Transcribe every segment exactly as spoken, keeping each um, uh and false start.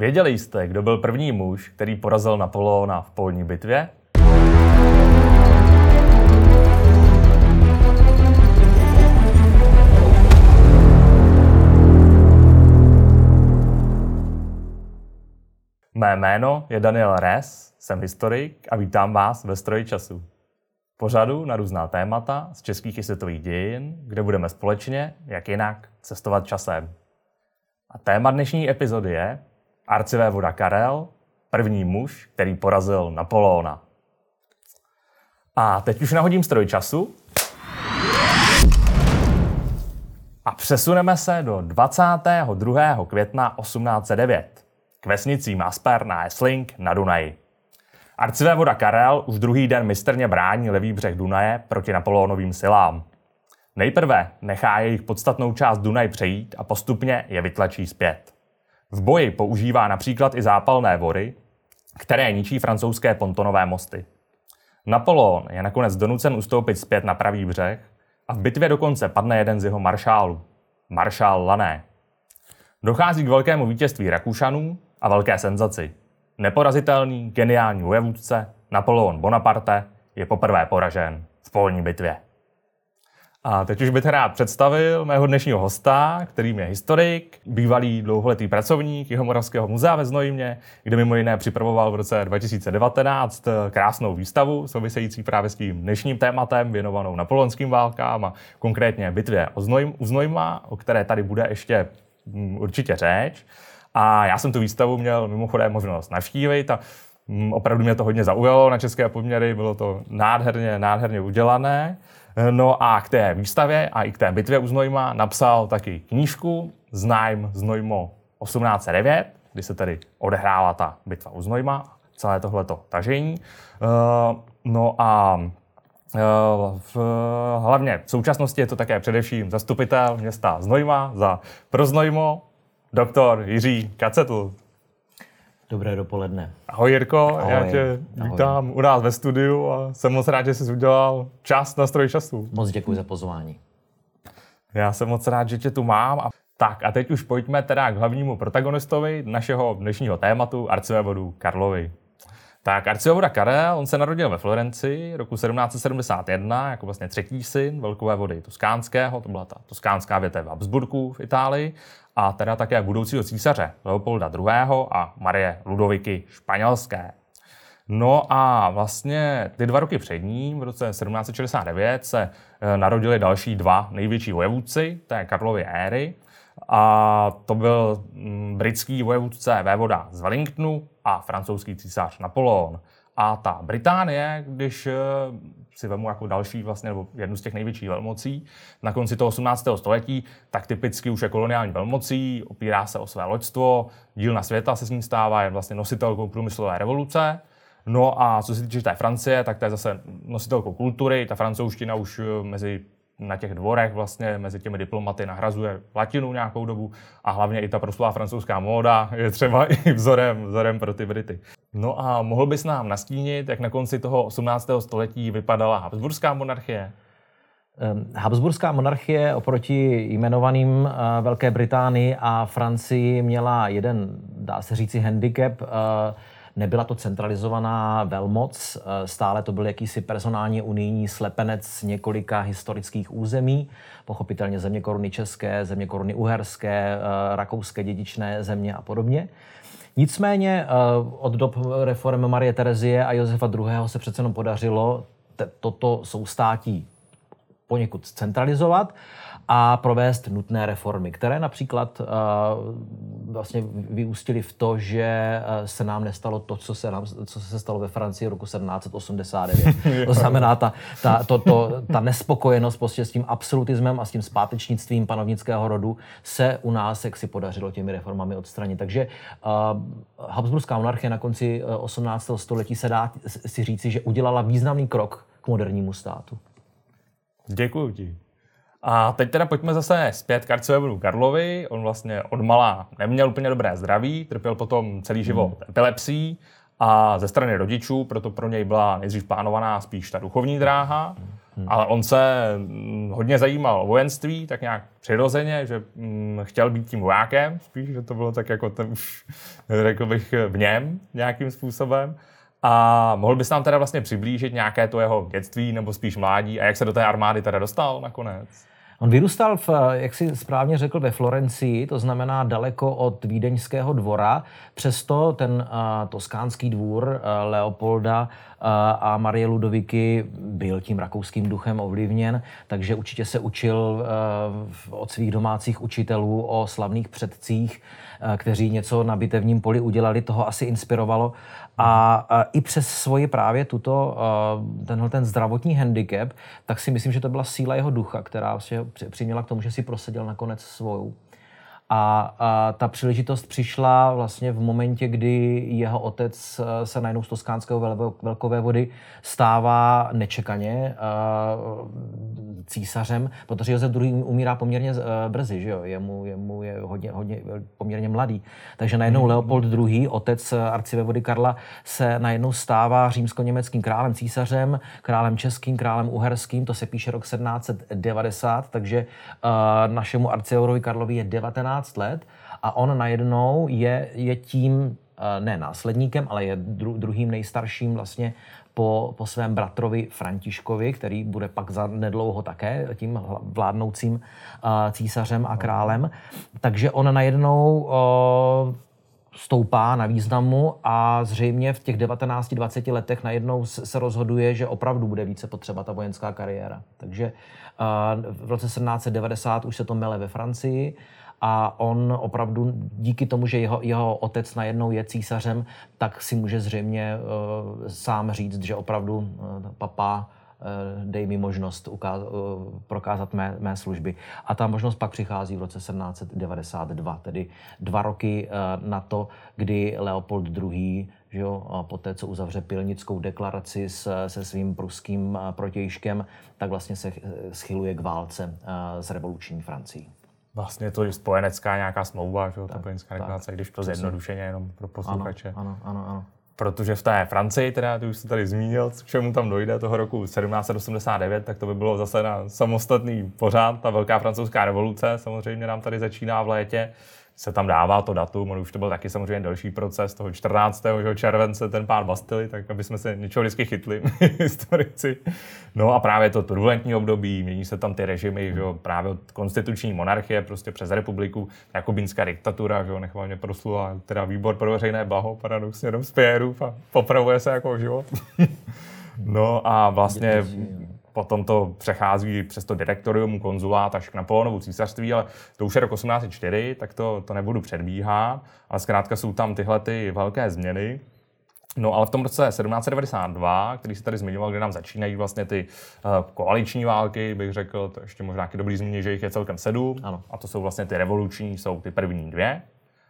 Věděli jste, kdo byl první muž, který porazil Napoleona v polní bitvě? Mé jméno je Daniel Res, jsem historik a vítám vás ve Stroji času. Pořadu na různá témata z českých i světových dějin, kde budeme společně, jak jinak, cestovat časem. A téma dnešní epizody je arcivévoda Karel, první muž, který porazil Napoleona. A teď už nahodím stroj času a přesuneme se do dvacátého druhého května osmnáct set devět k vesnicím Asper na Essling na Dunaji. Arcivévoda Karel už druhý den mistrně brání levý břeh Dunaje proti Napoleonovým silám. Nejprve nechá jejich podstatnou část Dunaj přejít a postupně je vytlačí zpět. V boji používá například i zápalné vody, které ničí francouzské pontonové mosty. Napoleon je nakonec donucen ustoupit zpět na pravý břeh a v bitvě dokonce padne jeden z jeho maršálů, maršál Lanné. Dochází k velkému vítězství Rakušanů a velké senzaci. Neporazitelný, geniální vojevůdce Napoleon Bonaparte je poprvé poražen v polní bitvě. A teď už bych rád představil mého dnešního hosta, kterým je historik, bývalý dlouholetý pracovník Jihomoravského muzea ve Znojmě, kde mimo jiné připravoval v roce dva tisíce devatenáct krásnou výstavu související právě s tím dnešním tématem, věnovanou napoleonským válkám a konkrétně bitvě u Znojma, o které tady bude ještě určitě řeč. A já jsem tu výstavu měl mimochodem možnost navštívit a opravdu mě to hodně zaujalo na české poměry, bylo to nádherně, nádherně udělané. No a k té výstavě a i k té bitvě u Znojma napsal taky knížku Znajm Znojmo osmnáct set devět, kdy se tedy odehrála ta bitva u Znojma, celé tohleto tažení. No a v, hlavně v současnosti je to také především zastupitel města Znojma za pro Znojmo, doktor Jiří Kacetl. Dobré dopoledne. Ahoj Jirko, ahoj, já tě vítám ahoj. U nás ve studiu a jsem moc rád, že jsi udělal čas na Stroj času. Moc děkuji za pozvání. Já jsem moc rád, že tě tu mám. A tak a teď už pojďme teda k hlavnímu protagonistovi našeho dnešního tématu, arcivévodu Karlovi. Tak arcivévoda Karel, on se narodil ve Florencii roku sedmnáct set sedmdesát jedna jako vlastně třetí syn velkovévody Toskánského, to byla ta toskánská větev Habsburků v Itálii, a teda také budoucího císaře Leopolda druhého. A Marie Ludoviky španělské. No a vlastně ty dva roky před ním, v roce sedmnáct set šedesát devět, se narodili další dva největší vojevůdci té Karlovy éry. A to byl britský vojevůdce vévoda z Wellingtonu a francouzský císař Napoleon. A ta Británie, když si vemu jako další vlastně, nebo jednu z těch největších velmocí na konci toho osmnáctého století, tak typicky už je koloniální velmocí, opírá se o své loďstvo, dílna světa se s ní stává, je vlastně nositelkou průmyslové revoluce. No a co se týče té Francie, tak to je zase nositelkou kultury, ta francouzština už mezi na těch dvorech vlastně mezi těmi diplomaty nahrazuje latinu nějakou dobu a hlavně i ta proslulá francouzská móda je třeba i vzorem, vzorem pro ty Brity. No a mohl bys nám nastínit, jak na konci toho osmnáctého století vypadala Habsburská monarchie? Habsburská monarchie oproti jmenovaným Velké Británii a Francii měla jeden, dá se říci, handicap. Nebyla to centralizovaná velmoc, stále to byl jakýsi personální unijní slepenec několika historických území, pochopitelně země koruny české, země koruny uherské, rakouské dědičné země a podobně. Nicméně od dob reform Marie Terezie a Josefa druhého. se přece jenom podařilo toto soustátí poněkud centralizovat a provést nutné reformy, které například uh, vlastně vyústily v to, že se nám nestalo to, co se, nám, co se stalo ve Francii roku sedmnáct set osmdesát devět. To znamená, ta, ta, to, to, ta nespokojenost prostě s tím absolutismem a s tím zpátečnictvím panovnického rodu se u nás jak si podařilo těmi reformami odstranit. Takže uh, Habsburská monarchie na konci osmnáctého století se dá si říci, že udělala významný krok k modernímu státu. Děkuji ti. A teď teda pojďme zase zpět k arcivévodu Karlovi. On vlastně odmala neměl úplně dobré zdraví, trpěl potom celý život hmm. epilepsií a ze strany rodičů, proto pro něj byla nejdřív plánovaná spíš ta duchovní dráha. Hmm. Ale on se hodně zajímal o vojenství, tak nějak přirozeně, že hm, chtěl být tím vojákem, spíš, že to bylo tak jako ten už, řekl bych, v něm nějakým způsobem. A mohl bys nám teda vlastně přiblížit nějaké to jeho dětství nebo spíš mládí a jak se do té armády teda dostal nakonec? On vyrůstal, v, jak si správně řekl, ve Florencii, to znamená daleko od vídeňského dvora. Přesto ten uh, toskánský dvůr uh, Leopolda uh, a Marie Ludoviky byl tím rakouským duchem ovlivněn, takže určitě se učil uh, od svých domácích učitelů o slavných předcích, uh, kteří něco na bitevním poli udělali, toho asi inspirovalo. A, a i přes svoji právě tuto, uh, tenhle ten zdravotní handicap, tak si myslím, že to byla síla jeho ducha, která se přiměla k tomu, že si prosadil nakonec svou. A, a ta příležitost přišla vlastně v momentě, kdy jeho otec se najednou z toskánského velkovévody stává nečekaně císařem, protože Josef druhý. Umírá poměrně brzy, že jo? Jemu, jemu je hodně, hodně, poměrně mladý. Takže najednou Leopold druhý., otec arcivévody Karla, se najednou stává římsko-německým králem, císařem, králem českým, králem uherským, to se píše rok sedmnáct set devadesát, takže uh, našemu arcivévodovi Karlovi je devatenáct let a on najednou je, je tím, ne následníkem, ale je dru, druhým nejstarším vlastně po, po svém bratrovi Františkovi, který bude pak za nedlouho také tím vládnoucím uh, císařem a králem. Takže on najednou uh, stoupá na významu a zřejmě v těch devatenácti dvaceti letech najednou se rozhoduje, že opravdu bude více potřeba ta vojenská kariéra. Takže uh, v roce sedmnáct set devadesát už se to mele ve Francii. A on opravdu díky tomu, že jeho, jeho otec najednou je císařem, tak si může zřejmě uh, sám říct, že opravdu uh, papa, uh, dej mi možnost ukáz, uh, prokázat mé, mé služby. A ta možnost pak přichází v roce sedmnáct set devadesát dva, tedy dva roky uh, na to, kdy Leopold druhý., že jo, po té, co uzavře Pilnickou deklaraci s, se svým pruským uh, protějškem, tak vlastně se schyluje k válce uh, s revoluční Francií. Vlastně to je spojenecká nějaká smlouva, že ta vojenská deklarace, když to zjednodušeně jenom pro posluchače. Ano, ano, ano. Protože v té Francii, teda ty už jsi tady zmínil, k čemu tam dojde toho roku sedmnáct set osmdesát devět, tak to by bylo zase na samostatný pořád. Ta velká francouzská revoluce samozřejmě nám tady začíná v létě. Se tam dává to datum, on už to byl taky samozřejmě další proces, toho čtrnáctého července ten pád Bastily, tak aby jsme se něčeho vždycky chytli, historici. No a právě to turbulentní období, mění se tam ty režimy, že právě od konstituční monarchie prostě přes republiku, jakubínská diktatura, že nechvalně proslula teda výbor pro veřejné blaho, paradoxně Robespierrův a popravuje se jako o život. No a vlastně potom to přechází přes to direktorium, konzulát až k Napoleonovu císařství, ale to už je rok osmnáct set čtyři, tak to, to nebudu předbíhat, ale zkrátka jsou tam tyhle ty velké změny. No ale v tom roce sedmnáct set devadesát dva, který se tady zmiňoval, kde nám začínají vlastně ty uh, koaliční války, bych řekl, to ještě možná taky dobrý zmínit, že jich je celkem sedm, ano. A to jsou vlastně ty revoluční, jsou ty první dvě.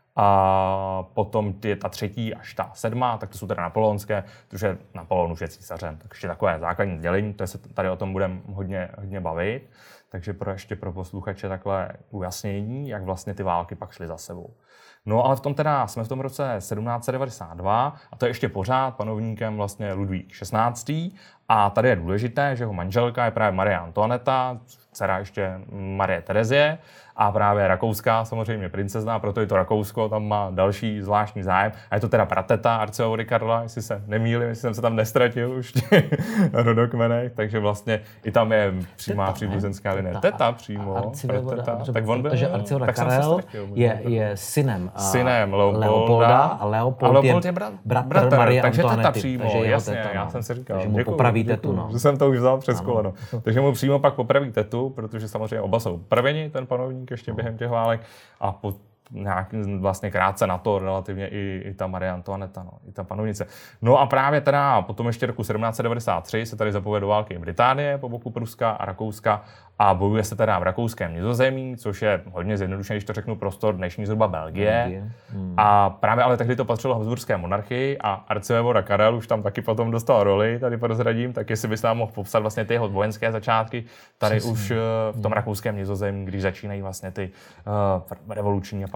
A potom je ta třetí až ta sedmá, tak to jsou teda napoleonské, protože Napoleon už je císařem. Takže takové základní sdělení, to se tady o tom budeme hodně, hodně bavit. Takže pro ještě pro posluchače takhle ujasnění, jak vlastně ty války pak šly za sebou. No ale v tom teda jsme v tom roce sedmnáct set devadesát dva a to je ještě pořád panovníkem vlastně Ludvík šestnáctý. A tady je důležité, že jeho manželka je právě Marie Antoineta, dcera ještě Marie Terezie a právě rakouská samozřejmě princezna, proto i to Rakousko tam má další zvláštní zájem. A je to teda prateta arcivévody Karla, jestli se nemýlím, jestli jsem se tam nestratil už na rodokmenech, takže vlastně i tam je přímá příbuzenská linie. Teta přímo, prateta. Tak on byl, protože arcivévoda Karel je, je synem, synem Leopolda, Leopolda a Leopold, a Leopold je, je bratr, bratr Marie takže Antoinety. Teta přímo, takže jasně, teta, já jsem si říkal. Takže mu děkuju, popraví tetu, no. Že jsem to už vzal přes koleno. Takže mu přímo pak popraví tetu, protože samozřejmě oba jsou prveni, ten panovník ještě během těch válek a po nějak vlastně krátce na to relativně i, i ta Marie Antoineta, no, i ta panovnice. No a právě teda potom ještě roku sedmnáct set devadesát tři se tady zapoje do války Británie po boku Pruska a Rakouska a bojuje se teda v rakouském Nizozemí, což je hodně zjednodušeně, když to řeknu, prostor dnešní zhruba Belgie. Belgie. Hmm. A právě ale tehdy to patřilo Habsburské monarchii a arcivévoda Karel už tam taky potom dostal roli, tady prozradím, tak jestli bys nám mohl popsat vlastně ty jeho vojenské začátky tady Přesně. už v tom rakouském Nizozemí, když začínají vlastně ty uh, revoluční a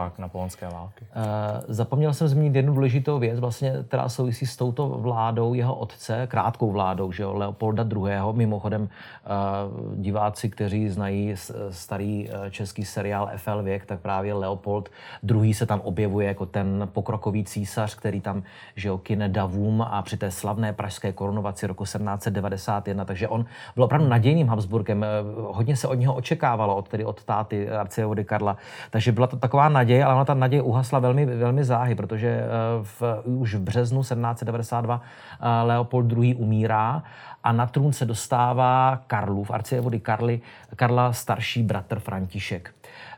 začátek napoleonské války. Zapomněl jsem zmínit jednu důležitou věc, vlastně, která souvisí s touto vládou jeho otce, krátkou vládou, že jo, Leopolda druhého. Mimochodem diváci, kteří znají starý český seriál F L Věk, tak právě Leopold druhý se tam objevuje jako ten pokrokový císař, který tam, že jo, kyne davům a při té slavné pražské korunovaci roku sedmnáct set devadesát jedna, takže on byl opravdu nadějným Habsburkem. Hodně se od něho očekávalo, od, tedy od táty arcivévody Karla. Takže byla to taková naděje, ale ona ta naděje uhasla velmi, velmi záhy, protože v, už v březnu sedmnáct set devadesát dva Leopold druhý umírá a na trůn se dostává Karlův, arcivévody Karly, Karla starší bratr František.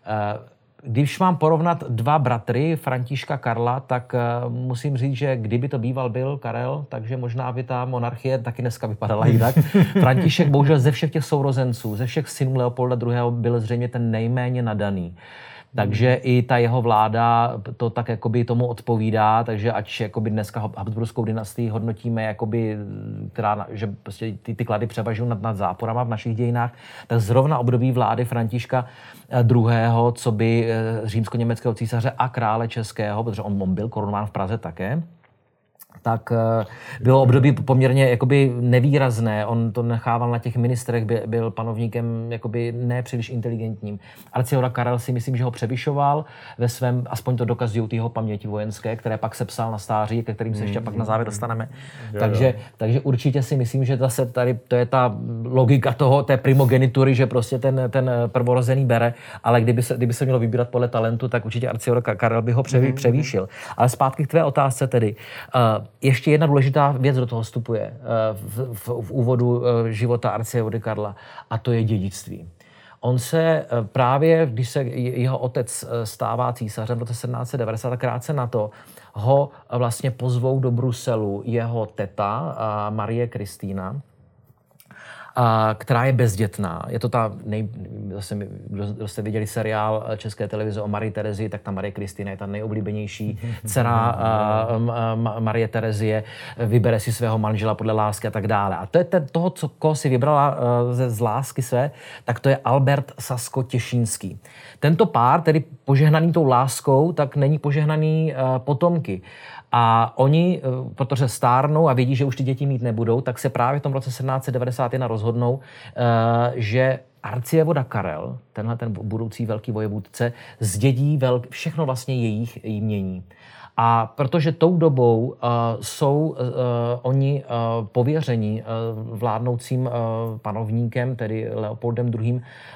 Když mám porovnat dva bratry, Františka Karla, tak uh, musím říct, že kdyby to býval byl Karel, takže možná by ta monarchie taky dneska vypadala jinak. František bohužel ze všech těch sourozenců, ze všech synů Leopolda druhého byl zřejmě ten nejméně nadaný. Takže i ta jeho vláda to tak jakoby tomu odpovídá, takže ať jakoby dneska Habsburskou dynastii hodnotíme, jakoby, která, že prostě ty, ty klady převažují nad, nad záporama v našich dějinách, tak zrovna období vlády Františka druhého, co by římsko-německého císaře a krále českého, protože on, on byl korunován v Praze také, tak bylo období poměrně jakoby nevýrazné. On to nechával na těch ministrech, by, byl panovníkem jakoby nepříliš inteligentním. Arcivévoda Karel si myslím, že ho převyšoval ve svém, aspoň to dokazují ty jeho paměti vojenské, které pak sepsal na stáří, ke kterým se ještě mm. pak na závěr dostaneme. Jo, takže, jo. takže určitě si myslím, že zase tady to je ta logika toho, té primogenitury, že prostě ten, ten prvorozený bere, ale kdyby se, kdyby se mělo vybírat podle talentu, tak určitě arcivévoda Karel by ho převý, mm. převýšil. Ale zpátky k tvé otázce tedy. Uh, Ještě jedna důležitá věc do toho vstupuje v, v, v úvodu života arcivévody Karla, a to je dědictví. On se právě, když se jeho otec stává císařem v roce sedmnáct set devadesát, tak krátce na to ho vlastně pozvou do Bruselu jeho teta Marie Kristýna, která je bezdětná. Je to ta, nej, zase, kdo jste viděli seriál České televize o Marii Terezii, tak ta Marie Kristýna je ta nejoblíbenější dcera Marie Terezie, vybere si svého manžela podle lásky a tak dále. A to je ten, toho, co, koho si vybrala ze z lásky své, tak to je Albert Sasko-Těšínský. Tento pár, tedy požehnaný tou láskou, tak není požehnaný potomky. A oni, protože stárnou a vědí, že už ty děti mít nebudou, tak se právě v tom roce sedmnáct set devadesát jedna rozhodnou, že arcivévoda Karel, tenhle ten budoucí velký vojevůdce, zdědí velk, všechno vlastně jejich jmění. A protože tou dobou uh, jsou uh, oni uh, pověření uh, vládnoucím uh, panovníkem, tedy Leopoldem druhým,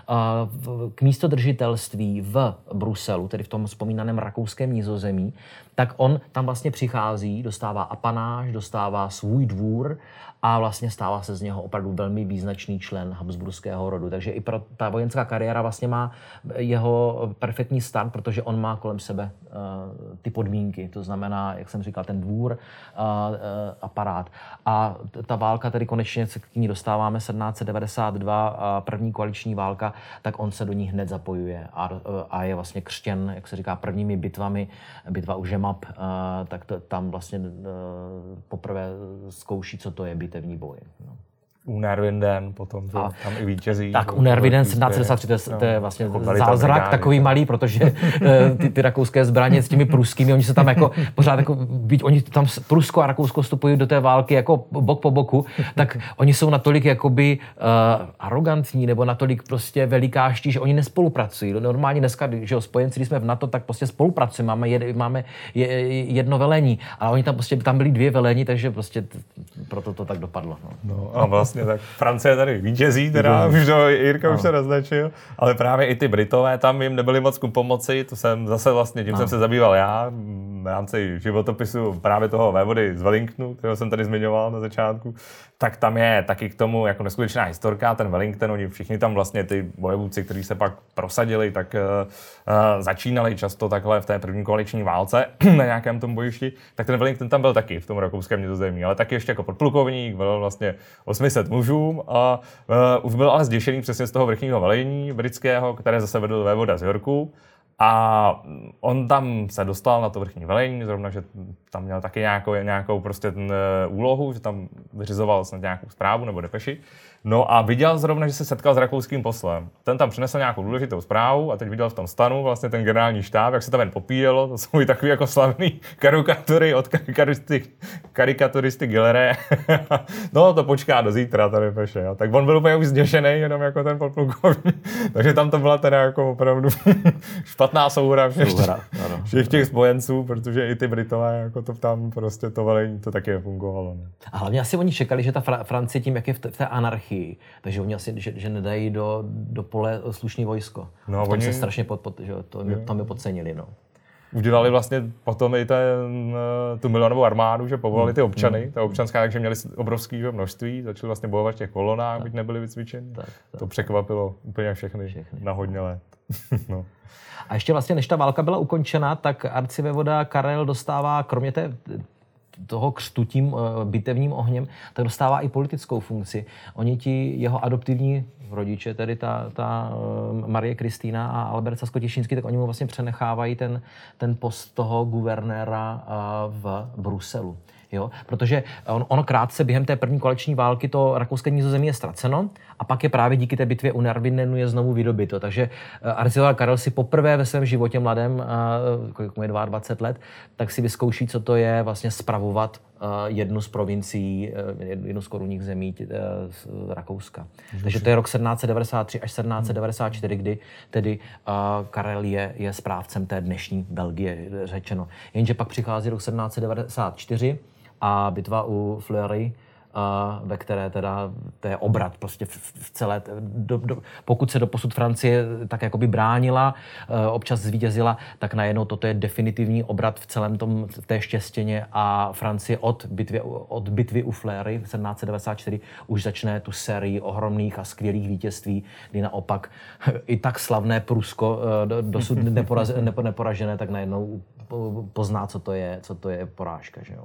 uh, k místodržitelství v Bruselu, tedy v tom vzpomínaném rakouském Nizozemí, tak on tam vlastně přichází, dostává apanáž, dostává svůj dvůr a vlastně stává se z něho opravdu velmi význačný člen habsburského rodu. Takže i pro ta vojenská kariéra vlastně má jeho perfektní start, protože on má kolem sebe uh, ty podmínky. To znamená, jak jsem říkal, ten dvůr, uh, uh, aparát. A ta válka, tedy konečně se k ní dostáváme, sedmnáct set devadesát dva, uh, první koaliční válka, tak on se do ní hned zapojuje a, uh, a je vlastně křtěn, jak se říká, prvními bitvami, bitva u Žemap, uh, tak to, tam vlastně uh, poprvé zkouší, co to je bitevní boj. No. U Nervinden potom to, tam i vítězí. Tak u Nervinden sedmnáct set devadesát tři, to je, to je vlastně no, zázrak takový malý, protože ty, ty rakouské zbraně s těmi pruskými, oni se tam jako pořád jako, byť oni tam Prusko a Rakousko vstupují do té války jako bok po boku, tak oni jsou natolik jakoby uh, arrogantní nebo natolik prostě velikáští, že oni nespolupracují. Normálně dneska, že jo, spojenci, když jsme v NATO, tak prostě spolupracujeme, máme, jed, máme jedno velení, ale oni tam prostě, tam byli dvě velení, takže prostě t, proto to tak dopadlo. No, no a vlastně tak Francie tady vítězí, teda už to Jirka no. už se naznačil, ale právě i ty Britové tam jim nebyli moc ku pomoci, to jsem zase vlastně, tím no. jsem se zabýval já v rámci životopisu právě toho vévody z Wellingtonu, kterého jsem tady zmiňoval na začátku, tak tam je taky k tomu jako neskutečná historka, ten Wellington, oni všichni tam vlastně ty vojevůdci, kteří se pak prosadili, tak uh, začínali často takhle v té první koaliční válce na nějakém tom bojišti, tak ten Wellington tam byl taky v tom rakouském Nizozemí, ale taky ještě jako podplukovník, byl vlastně osm set mužům a uh, už byl ale zděšený přesně z toho vrchního velení britského, které zase vedl vévoda z Yorku. A on tam se dostal na to vrchní velení, zrovna, že tam měl taky nějakou, nějakou prostě ten, uh, úlohu, že tam vyřizoval snad nějakou zprávu nebo depeši. No a viděl zrovna, že se setkal s rakouským poslem. Ten tam přinesl nějakou důležitou zprávu a teď viděl v tom stanu vlastně ten generální štáb, jak se tam jen popíjelo. To jsou i takový jako slavný karikatury od karikaturisty, karikaturisty Gillere. No to počká do zítra ta depeše. Jo. Tak on byl úplně už zděšený, jenom jako ten podplukovník. Takže tam to byla teda jako opravdu špatná souhra všech, všech těch spojenců, protože i ty Britové jako to tam prostě to velení to taky fungovalo. Ne? A hlavně asi oni čekali, že ta Fra- Francie tím, jak je v, t- v té anarchii, takže oni asi, že, že nedají do, do pole slušný vojsko. No, oni se strašně pod, pod, že to, mě, to mě podcenili. No. Udělali vlastně potom i ten, tu milionovou armádu, že povolali ty občany, mm. ta občanská, takže měli obrovské množství, začali vlastně bojovat v těch kolonách, byť nebyli vycvičeni. Tak, tak, to překvapilo úplně všechny, všechny. Na hodně let. No. A ještě vlastně, než ta válka byla ukončena, tak arcivévoda Karel dostává, kromě té toho křtu tím bitevním ohněm, tak dostává i politickou funkci. Oni ti jeho adoptivní rodiče, tedy ta, ta Marie Kristýna a Albert Sasko-Těšínský, tak oni mu vlastně přenechávají ten, ten post toho guvernéra v Bruselu. Jo? Protože on, ono krátce během té první koaliční války to rakouské Nizozemí je ztraceno a pak je právě díky té bitvě u Narvinu je znovu vydobyto. Takže arcivévoda Karel si poprvé ve svém životě mladém, kolik mu je dvacet dva let, tak si vyzkouší, co to je vlastně spravovat jednu z provincií, jednu z korunních zemí z Rakouska. Můžu Takže to je rok sedmnáct set devadesát tři až sedmnáct set devadesát čtyři, kdy tedy Karel je, je správcem té dnešní Belgie, řečeno. Jenže pak přichází rok sedmnáct set devadesát čtyři a bitva u Fleury, Uh, ve které teda to je obrat prostě v, v celé, do, do, pokud se doposud Francie tak jakoby bránila, uh, občas zvítězila, tak najednou toto je definitivní obrat v celém tom, v té štěstěně a Francie od bitvy, od bitvy u Fleury v sedmnáct set devadesát čtyři už začne tu sérii ohromných a skvělých vítězství, kdy naopak i tak slavné Prusko, uh, dosud neporaz, nepo, neporažené, tak najednou pozná, co to je, co to je porážka, že jo.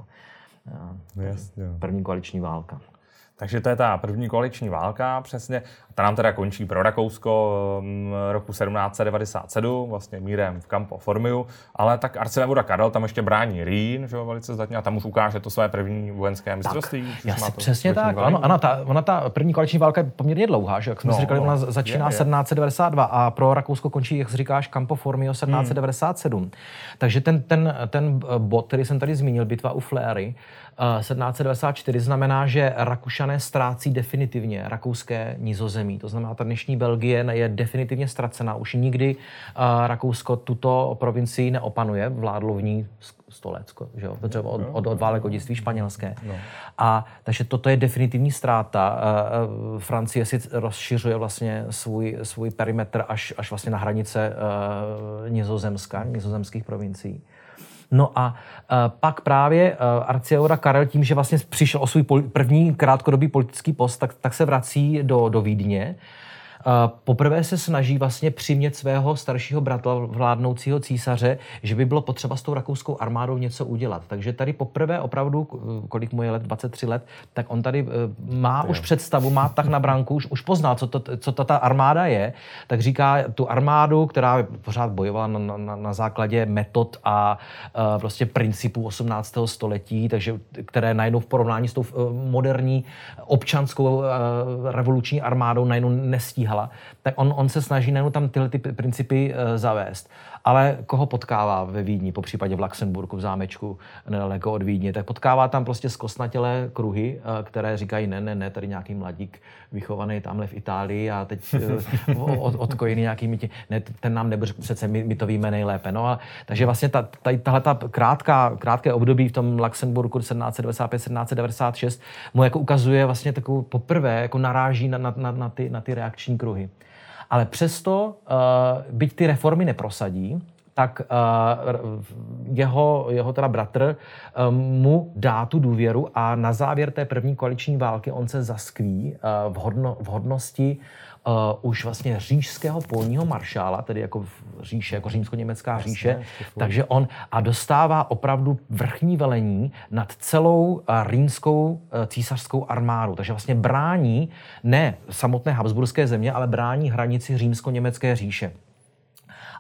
Jasně. První koaliční válka. Takže to je ta první koaliční válka, přesně. Ta nám teda končí pro Rakousko roku sedmnáct set devadesát sedm, vlastně mírem v Campo Formiu, ale tak arcivévoda Karel tam ještě brání Rýn, že jo, velice zdatně, a tam už ukáže to své první vojenské mistrovství. Tak, přesně tak. Ano, ano, ta, ona ta první koaliční válka je poměrně dlouhá, že jak jsme no, si říkali, no, ona začíná je, je. sedmnáct set devadesát dva a pro Rakousko končí, jak říkáš, Campo Formio sedmnáct set devadesát sedm. Hmm. Takže ten, ten, ten bod, který jsem tady zmínil, bitva u Fleury, sedmnáct set devadesát čtyři, znamená, že Rakušané ztrácí definitivně rakouské Nizozemí. To znamená, ta dnešní Belgie je definitivně ztracená. Už nikdy uh, Rakousko tuto provincii neopanuje, vládlo v ní sto let, že jo? Třeba od, od, od válek dědictví španělské. No. A takže toto je definitivní ztráta. Uh, Francie si rozšiřuje vlastně svůj, svůj perimetr až, až vlastně na hranice uh, Nizozemska, nizozemských provincií. No a uh, pak právě uh, arcivévoda Karel tím, že vlastně přišel o svůj poli- první krátkodobý politický post, tak, tak se vrací do, do Vídně. Uh, poprvé se snaží vlastně přimět svého staršího bratra, vládnoucího císaře, že by bylo potřeba s tou rakouskou armádou něco udělat. Takže tady poprvé opravdu, kolik mu je let, dvacet tři let, tak on tady uh, má už představu, má tak na branku, už, už pozná, co to, co to ta armáda je, tak říká tu armádu, která pořád bojovala na, na, na základě metod a uh, prostě principů osmnáctého století, takže které najednou v porovnání s tou uh, moderní občanskou uh, revoluční armádou najednou nestíhala. Tak on, on se snaží najednou tam tyhle ty principy uh, zavést. Ale koho potkává ve Vídni, po případě v Luxemburku, v zámečku nedaleko od Vídně, tak potkává tam prostě zkostnatělé kruhy, uh, které říkají, ne, ne, ne, tady nějaký mladík vychovaný tamhle v Itálii a teď uh, od, odkojený nějakými tě, ne, ten nám nebude, přece my, my to víme nejlépe. No a, takže vlastně ta, ta, tahle ta krátká, krátké období v tom Luxemburku sedmnáct set devadesát pět sedmnáct set devadesát šest mu jako ukazuje vlastně takovou poprvé, jako naráží na, na, na, na, ty, na ty reakční kruhy. Ale přesto, uh, byť ty reformy neprosadí, tak uh, jeho, jeho teda bratr um, mu dá tu důvěru a na závěr té první koaliční války on se zaskví uh, v, hodno, v hodnosti uh, už vlastně říšského polního maršála, tedy jako říše, jako římsko-německá říše, Jasně, takže on a dostává opravdu vrchní velení nad celou uh, rýnskou uh, císařskou armádu. Takže vlastně brání ne samotné habsburské země, ale brání hranici římsko-německé říše.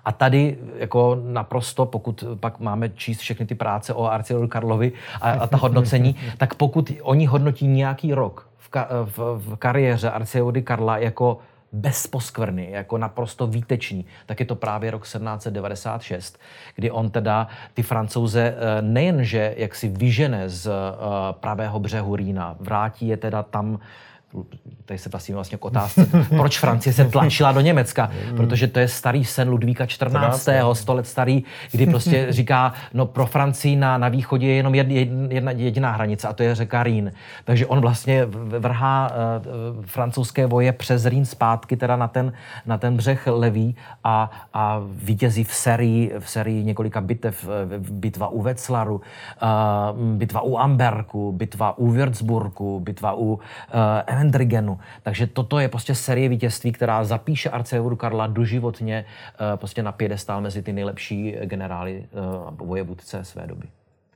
A tady jako naprosto, pokud pak máme číst všechny ty práce o arcivévodu Karlovi a, a ta hodnocení, tak pokud oni hodnotí nějaký rok v, ka, v, v kariéře arcivévody Karla jako bez poskvrny, jako naprosto výtečný, tak je to právě rok sedmnáct set devadesát šest, kdy on teda ty Francouze nejenže jak si vyžene z pravého břehu Rýna, vrátí je teda tam, tady se vlastně vlastně k otázce, proč Francie se tlačila do Německa, protože to je starý sen Ludvíka čtrnáctého sto let starý, kdy prostě říká, no pro Francii na, na východě je jenom jedna jediná hranice a to je řeka Rýn. Takže on vlastně vrhá uh, francouzské voje přes Rýn zpátky teda na ten, na ten břeh levý a, a vítězí v sérii, v sérii několika bitev, bitva u Wetzlaru, uh, bitva u Amberku, bitva u Würzburgu, bitva u uh, Hendrigenu. Takže toto je prostě série vítězství, která zapíše arcivévodu Karla doživotně uh, prostě na piedestál mezi ty nejlepší generály a uh, vojevůdce své doby.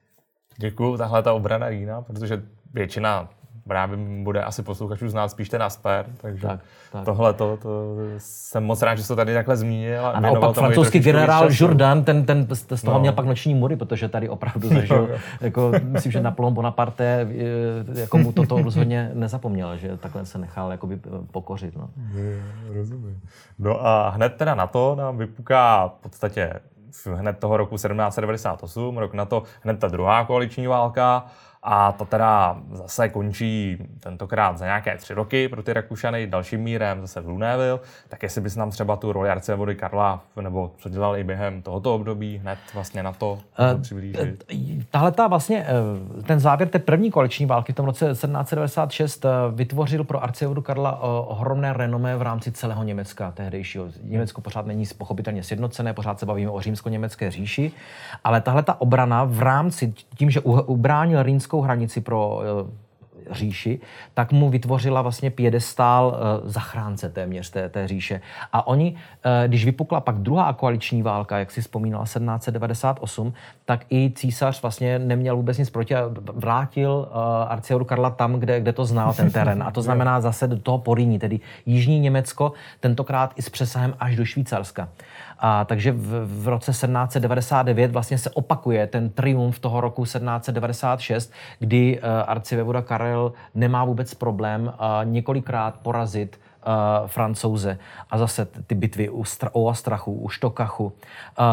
Děkuju, tahle ta obrana Rýna, protože většina právě bude asi posluchačů znát spíš ten Asper, takže tak, tak. tohle to, to jsem moc rád, že jsi to tady takhle zmínil. A naopak francouzský generál Jourdan, ten, ten z toho no. měl pak noční můry, protože tady opravdu zažil, jako, myslím, že Napoleon Bonaparte jako mu toto rozhodně nezapomněl, že takhle se nechal jakoby pokořit. No. Je, rozumím. No a hned teda na to nám vypuká v podstatě hned toho roku sedmnáct set devadesát osm, rok na to hned ta druhá koaliční válka. A to teda zase končí tentokrát za nějaké tři roky pro ty Rakušany dalším mírem, zase v Lunéville. Tak jestli bys nám třeba tu roli arcivévody Karla, nebo co dělal i během tohoto období, hned vlastně na to uh, přiblížit. Tahle ta vlastně, ten závěr té první koaliční války v tom roce sedmnáct set devadesát šest vytvořil pro arcivévodu Karla ohromné renomé v rámci celého Německa tehdejšího. Německo pořád není pochopitelně sjednocené, pořád se bavíme o římsko-německé říši, ale tahle ta obrana v rámci tím, že ubránil rýnskou hranici pro e, říši, tak mu vytvořila vlastně piedestál e, zachránce téměř té, té říše. A oni, e, když vypukla pak druhá koaliční válka, jak si vzpomínala, sedmnáct set devadesát osm, tak i císař vlastně neměl vůbec nic proti a vrátil e, arcivévodu Karla tam, kde, kde to znal ten terén. A to znamená zase do toho Porýní, tedy jižní Německo, tentokrát i s přesahem až do Švýcarska. A takže v, v roce sedmnáct set devadesát devět vlastně se opakuje ten triumf toho roku sedmnáct set devadesát šest, kdy uh, arcivévoda Karel nemá vůbec problém uh, několikrát porazit uh, Francouze. A zase ty bitvy u, Stra- u Astrachu, u Štokachu, uh,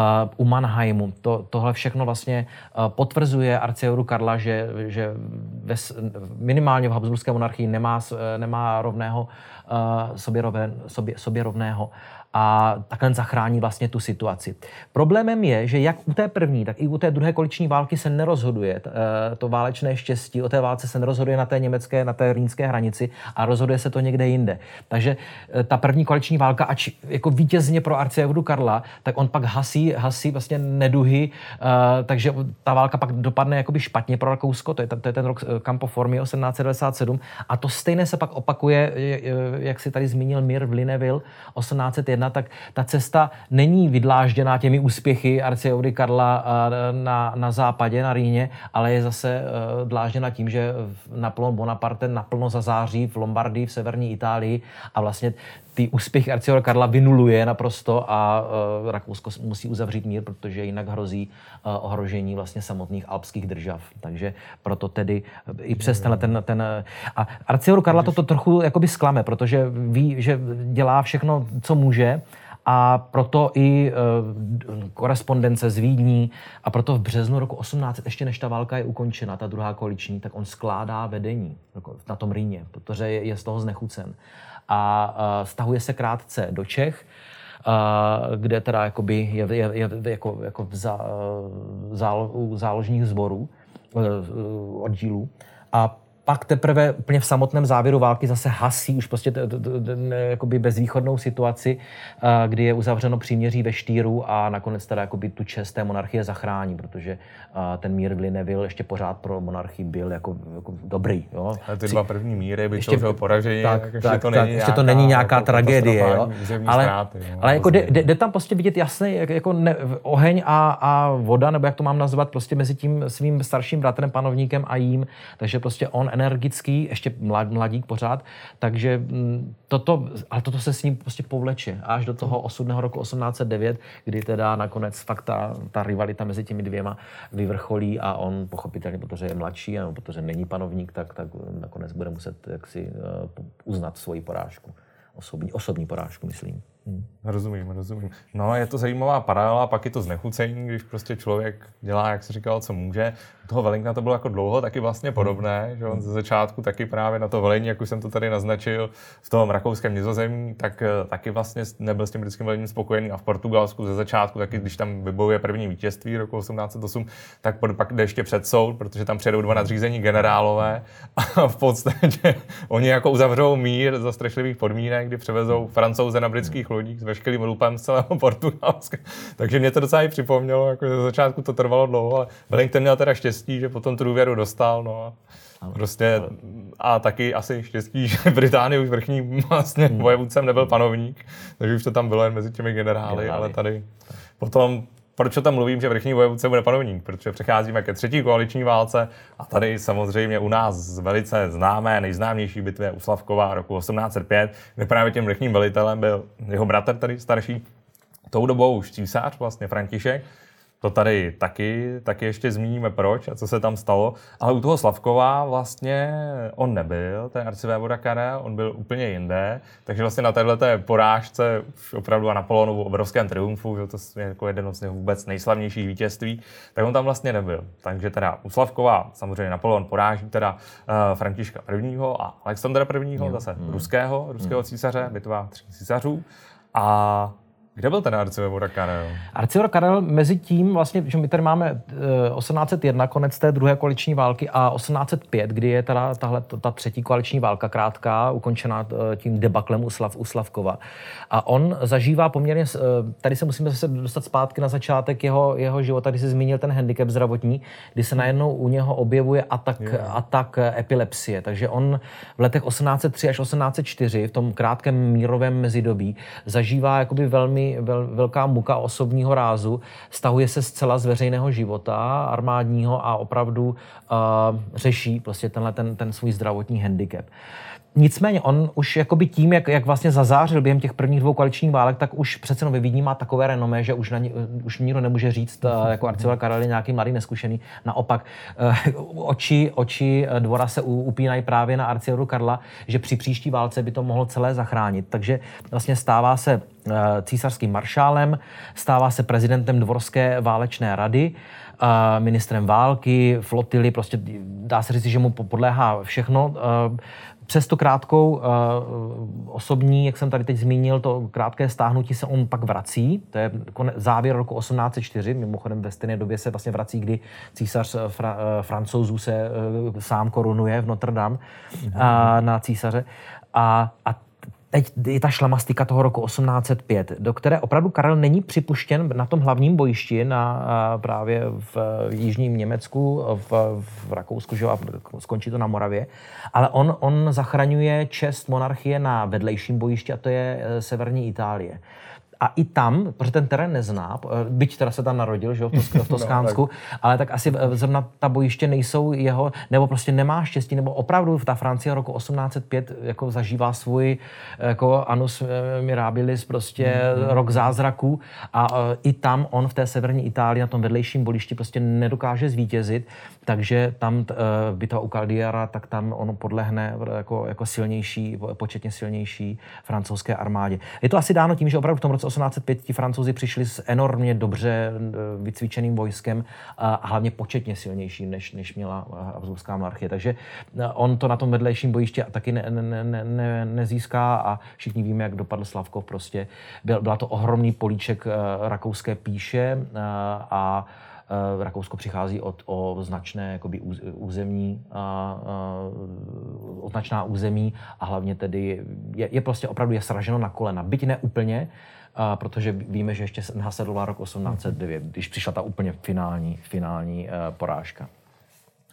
u Mannheimu, to, tohle všechno vlastně uh, potvrzuje arcivévodu Karla, že, že ve, minimálně v habsburské monarchii nemá, nemá rovného, uh, sobě, roven, sobě, sobě rovného. A takhle zachrání vlastně tu situaci. Problémem je, že jak u té první, tak i u té druhé koaliční války se nerozhoduje to válečné štěstí. O té válce se nerozhoduje na té německé, na té rýnské hranici a rozhoduje se to někde jinde. Takže ta první koaliční válka, ač jako vítězně pro arcivévodu Karla, tak on pak hasí, hasí vlastně neduhy, takže ta válka pak dopadne jakoby špatně pro Rakousko, to je, to je ten rok Campo Formio sedmnáct set devadesát sedm a to stejné se pak opakuje, jak si tady zmínil mír v Lunéville osmnáct set jedna, tak ta cesta není vydlážděná těmi úspěchy arcivévody Karla na, na západě, na Rýně, ale je zase dlážděna tím, že Napoleon Bonaparte naplno zazáří v Lombardii, v severní Itálii a vlastně ty úspěchy arcivévoda Karla vynuluje naprosto a uh, Rakousko musí uzavřít mír, protože jinak hrozí uh, ohrožení vlastně samotných alpských držav. Takže proto tedy i přes tenhle ten... ten a arcivévodu Karla toto trochu jakoby zklame, protože ví, že dělá všechno, co může, a proto i uh, korespondence z Vídní a proto v březnu roku osmnáct set, ještě než ta válka je ukončena, ta druhá koaliční, tak on skládá vedení na tom Rýně, protože je, je z toho znechucen. A uh, stahuje se krátce do Čech, uh, kde teda jakoby je, je, je jako, jako v zá, zálo, u záložních sborů, uh, oddílů. A pak teprve úplně v samotném závěru války zase hasí už prostě t, t, t, t, jakoby bezvýchodnou situaci, uh, kdy je uzavřeno příměří ve Štýru a nakonec teda jakoby tu čest té monarchie zachrání, protože uh, ten mír v Lunéville ještě pořád pro monarchii byl jako, jako dobrý. Jo. A ty dva první míry, byť to poražení, tak, tak, tak, to, tak, není ještě to není nějaká jako tragédie. Jo. Ale, ztráty, jo, ale jako jde, jde tam prostě vidět jasný jak, jako ne, oheň a, a voda, nebo jak to mám nazvat, prostě mezi tím svým starším bratrem, panovníkem a jím, takže prostě on energický, ještě mlad, mladík pořád, takže toto, ale toto se s ním prostě povleče až do toho osudného roku osmnáct set devět, kdy teda nakonec fakt ta, ta rivalita mezi těmi dvěma vyvrcholí a on pochopitelně, protože je mladší, nebo protože není panovník, tak, tak nakonec bude muset jaksi uznat svoji porážku. Osobní, osobní porážku, myslím. Hmm. Rozumím, rozumím. No, je to zajímavá paralela, pak je to znechucení, když prostě člověk dělá, jak se říkal, co může. U toho Wellingtona to bylo jako dlouho taky vlastně podobné, že on ze začátku taky právě na to velení, jak už jsem to tady naznačil, v tom rakouském Nizozemí, tak taky vlastně nebyl s tím britským velením spokojený a v Portugalsku ze začátku taky, když tam vybojuje první vítězství roku osmnáct set osm, tak pak jde ještě před soud, protože tam přijedou dva nadřízení generálové a v podstatě oni jako uzavřou mír za strašlivých podmínek, kdy převezou Francouze na britských lodích s veškerým lupem z celého Portugalska. Takže mě to docela i připomnělo, jako ze začátku to trvalo dlouho, ale Wellington měl teda štěstí, že potom tu důvěru dostal, no a prostě a taky asi štěstí, že Británie už vrchní vlastně hmm. vojevůdcem nebyl panovník, takže už to tam bylo jen mezi těmi generály, generály. Ale tady potom proč o tom mluvím, že vrchní vojevůdce bude panovník? Protože přecházíme ke třetí koaliční válce a tady samozřejmě u nás velice známé, nejznámější bitvě u Slavkova roku osmnáct set pět, kde právě tím vrchním velitelem byl jeho bratr tady starší, tou dobou už císař, vlastně František. To tady taky, taky ještě zmíníme proč a co se tam stalo. Ale u toho Slavkova vlastně on nebyl, ten arcivévoda Karel, on byl úplně jinde. Takže vlastně na této porážce už opravdu a Napoleonovu obrovském triumfu, že to je jako jeden z vůbec nejslavnějších vítězství, tak on tam vlastně nebyl. Takže teda u Slavkova samozřejmě Napoleon poráží teda uh, Františka prvního a Alexandra prvního, zase mm. ruského, ruského mm. císaře, bitva tří císařů. A kde byl ten arcivévoda Karel? Arcivévoda Karel mezi tím vlastně, že my tady máme osmnáct set jedna, konec té druhé koaliční války a osmnáct set pět, kdy je teda tahle ta třetí koaliční válka krátká, ukončená tím debaklem u, Slav, u Slavkova. A on zažívá poměrně, tady se musíme zase dostat zpátky na začátek jeho, jeho života, kdy se zmínil ten handicap zdravotní, kdy se najednou u něho objevuje atak, atak epilepsie. Takže on v letech osmnáct set tři až osmnáct set čtyři, v tom krátkém mírovém mezidobí, zažívá jakoby velmi Vel, velká muka osobního rázu, stahuje se zcela z veřejného života armádního a opravdu uh, řeší prostě tenhle ten, ten svůj zdravotní handicap. Nicméně on už jakoby tím, jak, jak vlastně zazářil během těch prvních dvou koaličních válek, tak už přece jenom ve Vídni má takové renomé, že už, na ně, už nikdo nemůže říct, uh, jako arcivévoda Karel je nějaký mladý neskušený. Naopak, uh, oči, oči dvora se upínají právě na arcivévodu Karla, že při příští válce by to mohlo celé zachránit. Takže vlastně stává se uh, císařským maršálem, stává se prezidentem dvorské válečné rady, uh, ministrem války, flotily, prostě dá se říct, že mu podléhá všechno. Uh, Přes tu krátkou uh, osobní, jak jsem tady teď zmínil, to krátké stáhnutí se on pak vrací. To je závěr roku osmnáct set čtyři, mimochodem ve stejné době se vlastně vrací, kdy císař fra, uh, Francouzů se uh, sám korunuje v Notre Dame uh, na císaře. A, a teď je ta šlamastika toho roku osmnáct set pět, do které opravdu Karel není připuštěn na tom hlavním bojišti na, právě v jižním Německu, v, v Rakousku, že, a skončí to na Moravě, ale on, on zachraňuje čest monarchie na vedlejším bojišti a to je severní Itálie. A i tam, protože ten terén nezná, byť teda se tam narodil, že jo, v Toskánsku, no, tak. Ale tak asi zrovna ta bojiště nejsou jeho, nebo prostě nemá štěstí, nebo opravdu ta Francie roku osmnáct set pět jako zažívá svůj jako annus mirabilis, prostě mm-hmm. rok zázraků a i tam on v té severní Itálii na tom vedlejším bojišti prostě nedokáže zvítězit, takže tam bitva u Caldiara, tak tam on podlehne jako, jako silnější, početně silnější francouzské armádě. Je to asi dáno tím, že opravdu v tom roce osmnáct set pět ti Francouzi přišli s enormně dobře vycvičeným vojskem a hlavně početně silnějším, než, než měla habsburská monarchie. Takže on to na tom vedlejším bojišti taky ne, ne, ne, ne, nezíská a všichni víme, jak dopadl Slavkov. Prostě byl, byla to ohromný políček rakouské píše a Rakousko přichází od, o značné jakoby, území, a, a, o značná území a hlavně tedy je, je prostě opravdu je sraženo na kolena. Byť ne úplně, a, protože víme, že ještě následoval rok osmnáct set devět, když přišla ta úplně finální, finální a, porážka.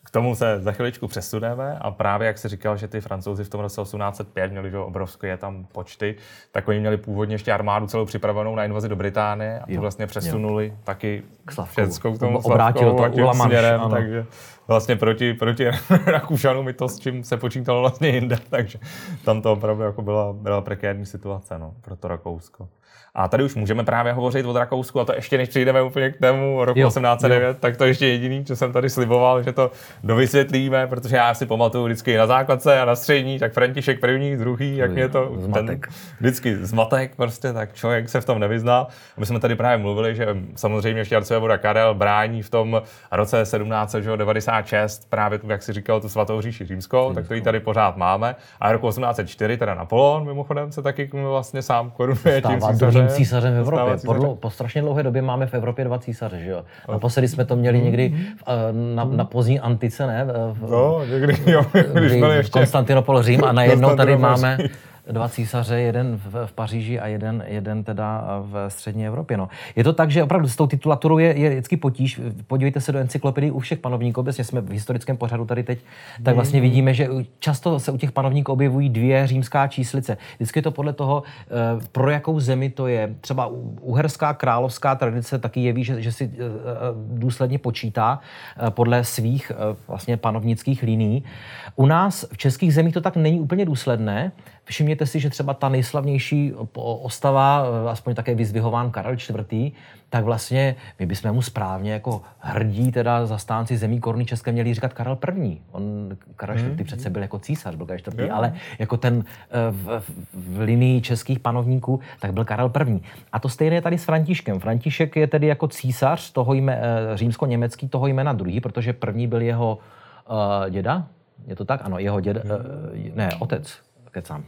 K tomu se za chviličku přesuneme a právě jak jsi říkal, že ty Francouzi v tom roce osmnáct set pět měli že obrovské je tam počty, tak oni měli původně ještě armádu celou připravenou na invazi do Británie a tu vlastně přesunuli jo. taky všeckou k tomu Slavkovu a tím směrem, ano. takže vlastně proti, proti Rakušanům i to, s čím se počítalo vlastně jinde, takže tam to opravdu jako byla, byla prekérní situace no, pro to Rakousko. A tady už můžeme právě hovořit o Rakousku a to ještě než přijdeme úplně k tému roku jo, osmnáct set devět, jo. tak to ještě jediný, co jsem tady sliboval, že to dovysvětlíme, protože já si pamatuju vždycky na základce a na střední, tak František první, druhý, jak mě to zmatek. Ten, vždycky zmatek prostě, tak člověk se v tom nevyzná. My jsme tady právě mluvili, že samozřejmě ještě arcivévoda Karel brání v tom roce sedmnáct set devadesát šest právě tu, jak si říkal, tu svatou říši římskou, Římskou. tak to ji tady pořád máme. A roku osmnáct set čtyři, teda Napoleon, mimochodem se taky vlastně sám korunuje tím císařem. císařem v Evropě. Po, dlou, po strašně dlouhé době máme v Evropě dva císaře, že jo? Naposledy jsme to měli někdy v, na, na pozdní antice, ne? V, no, někdy, jo, když byli ještě... Konstantinopol, Řím a najednou tady máme dva císaře, jeden v, v Paříži a jeden, jeden teda v střední Evropě. No. Je to tak, že opravdu s tou titulaturou je, je vždycky potíž. Podívejte se do encyklopedii u všech panovníků, obecně jsme v historickém pořadu tady teď, tak vlastně vidíme, že často se u těch panovníků objevují dvě římská číslice. Vždycky je to podle toho, pro jakou zemi to je. Třeba uherská královská tradice taky jeví, že, že si důsledně počítá podle svých vlastně panovnických linií. U nás v českých zemích to tak není úplně důsledné. Všimněte si, že třeba ta nejslavnější ostava, aspoň také vyzdvihován Karel čtvrtý, tak vlastně my bychom mu správně jako hrdí teda zastánci zemí koruny české měli říkat Karel první. On, Karel čtvrtý hmm. přece byl jako císař, byl Karel čtvrtý, yeah. ale jako ten v, v linii českých panovníků, tak byl Karel první. A to stejné je tady s Františkem. František je tedy jako císař toho jmé, římsko-německý toho jména druhý, protože první byl jeho uh, děda. Je to tak? Ano, jeho děda, uh, ne, otec. Kecám.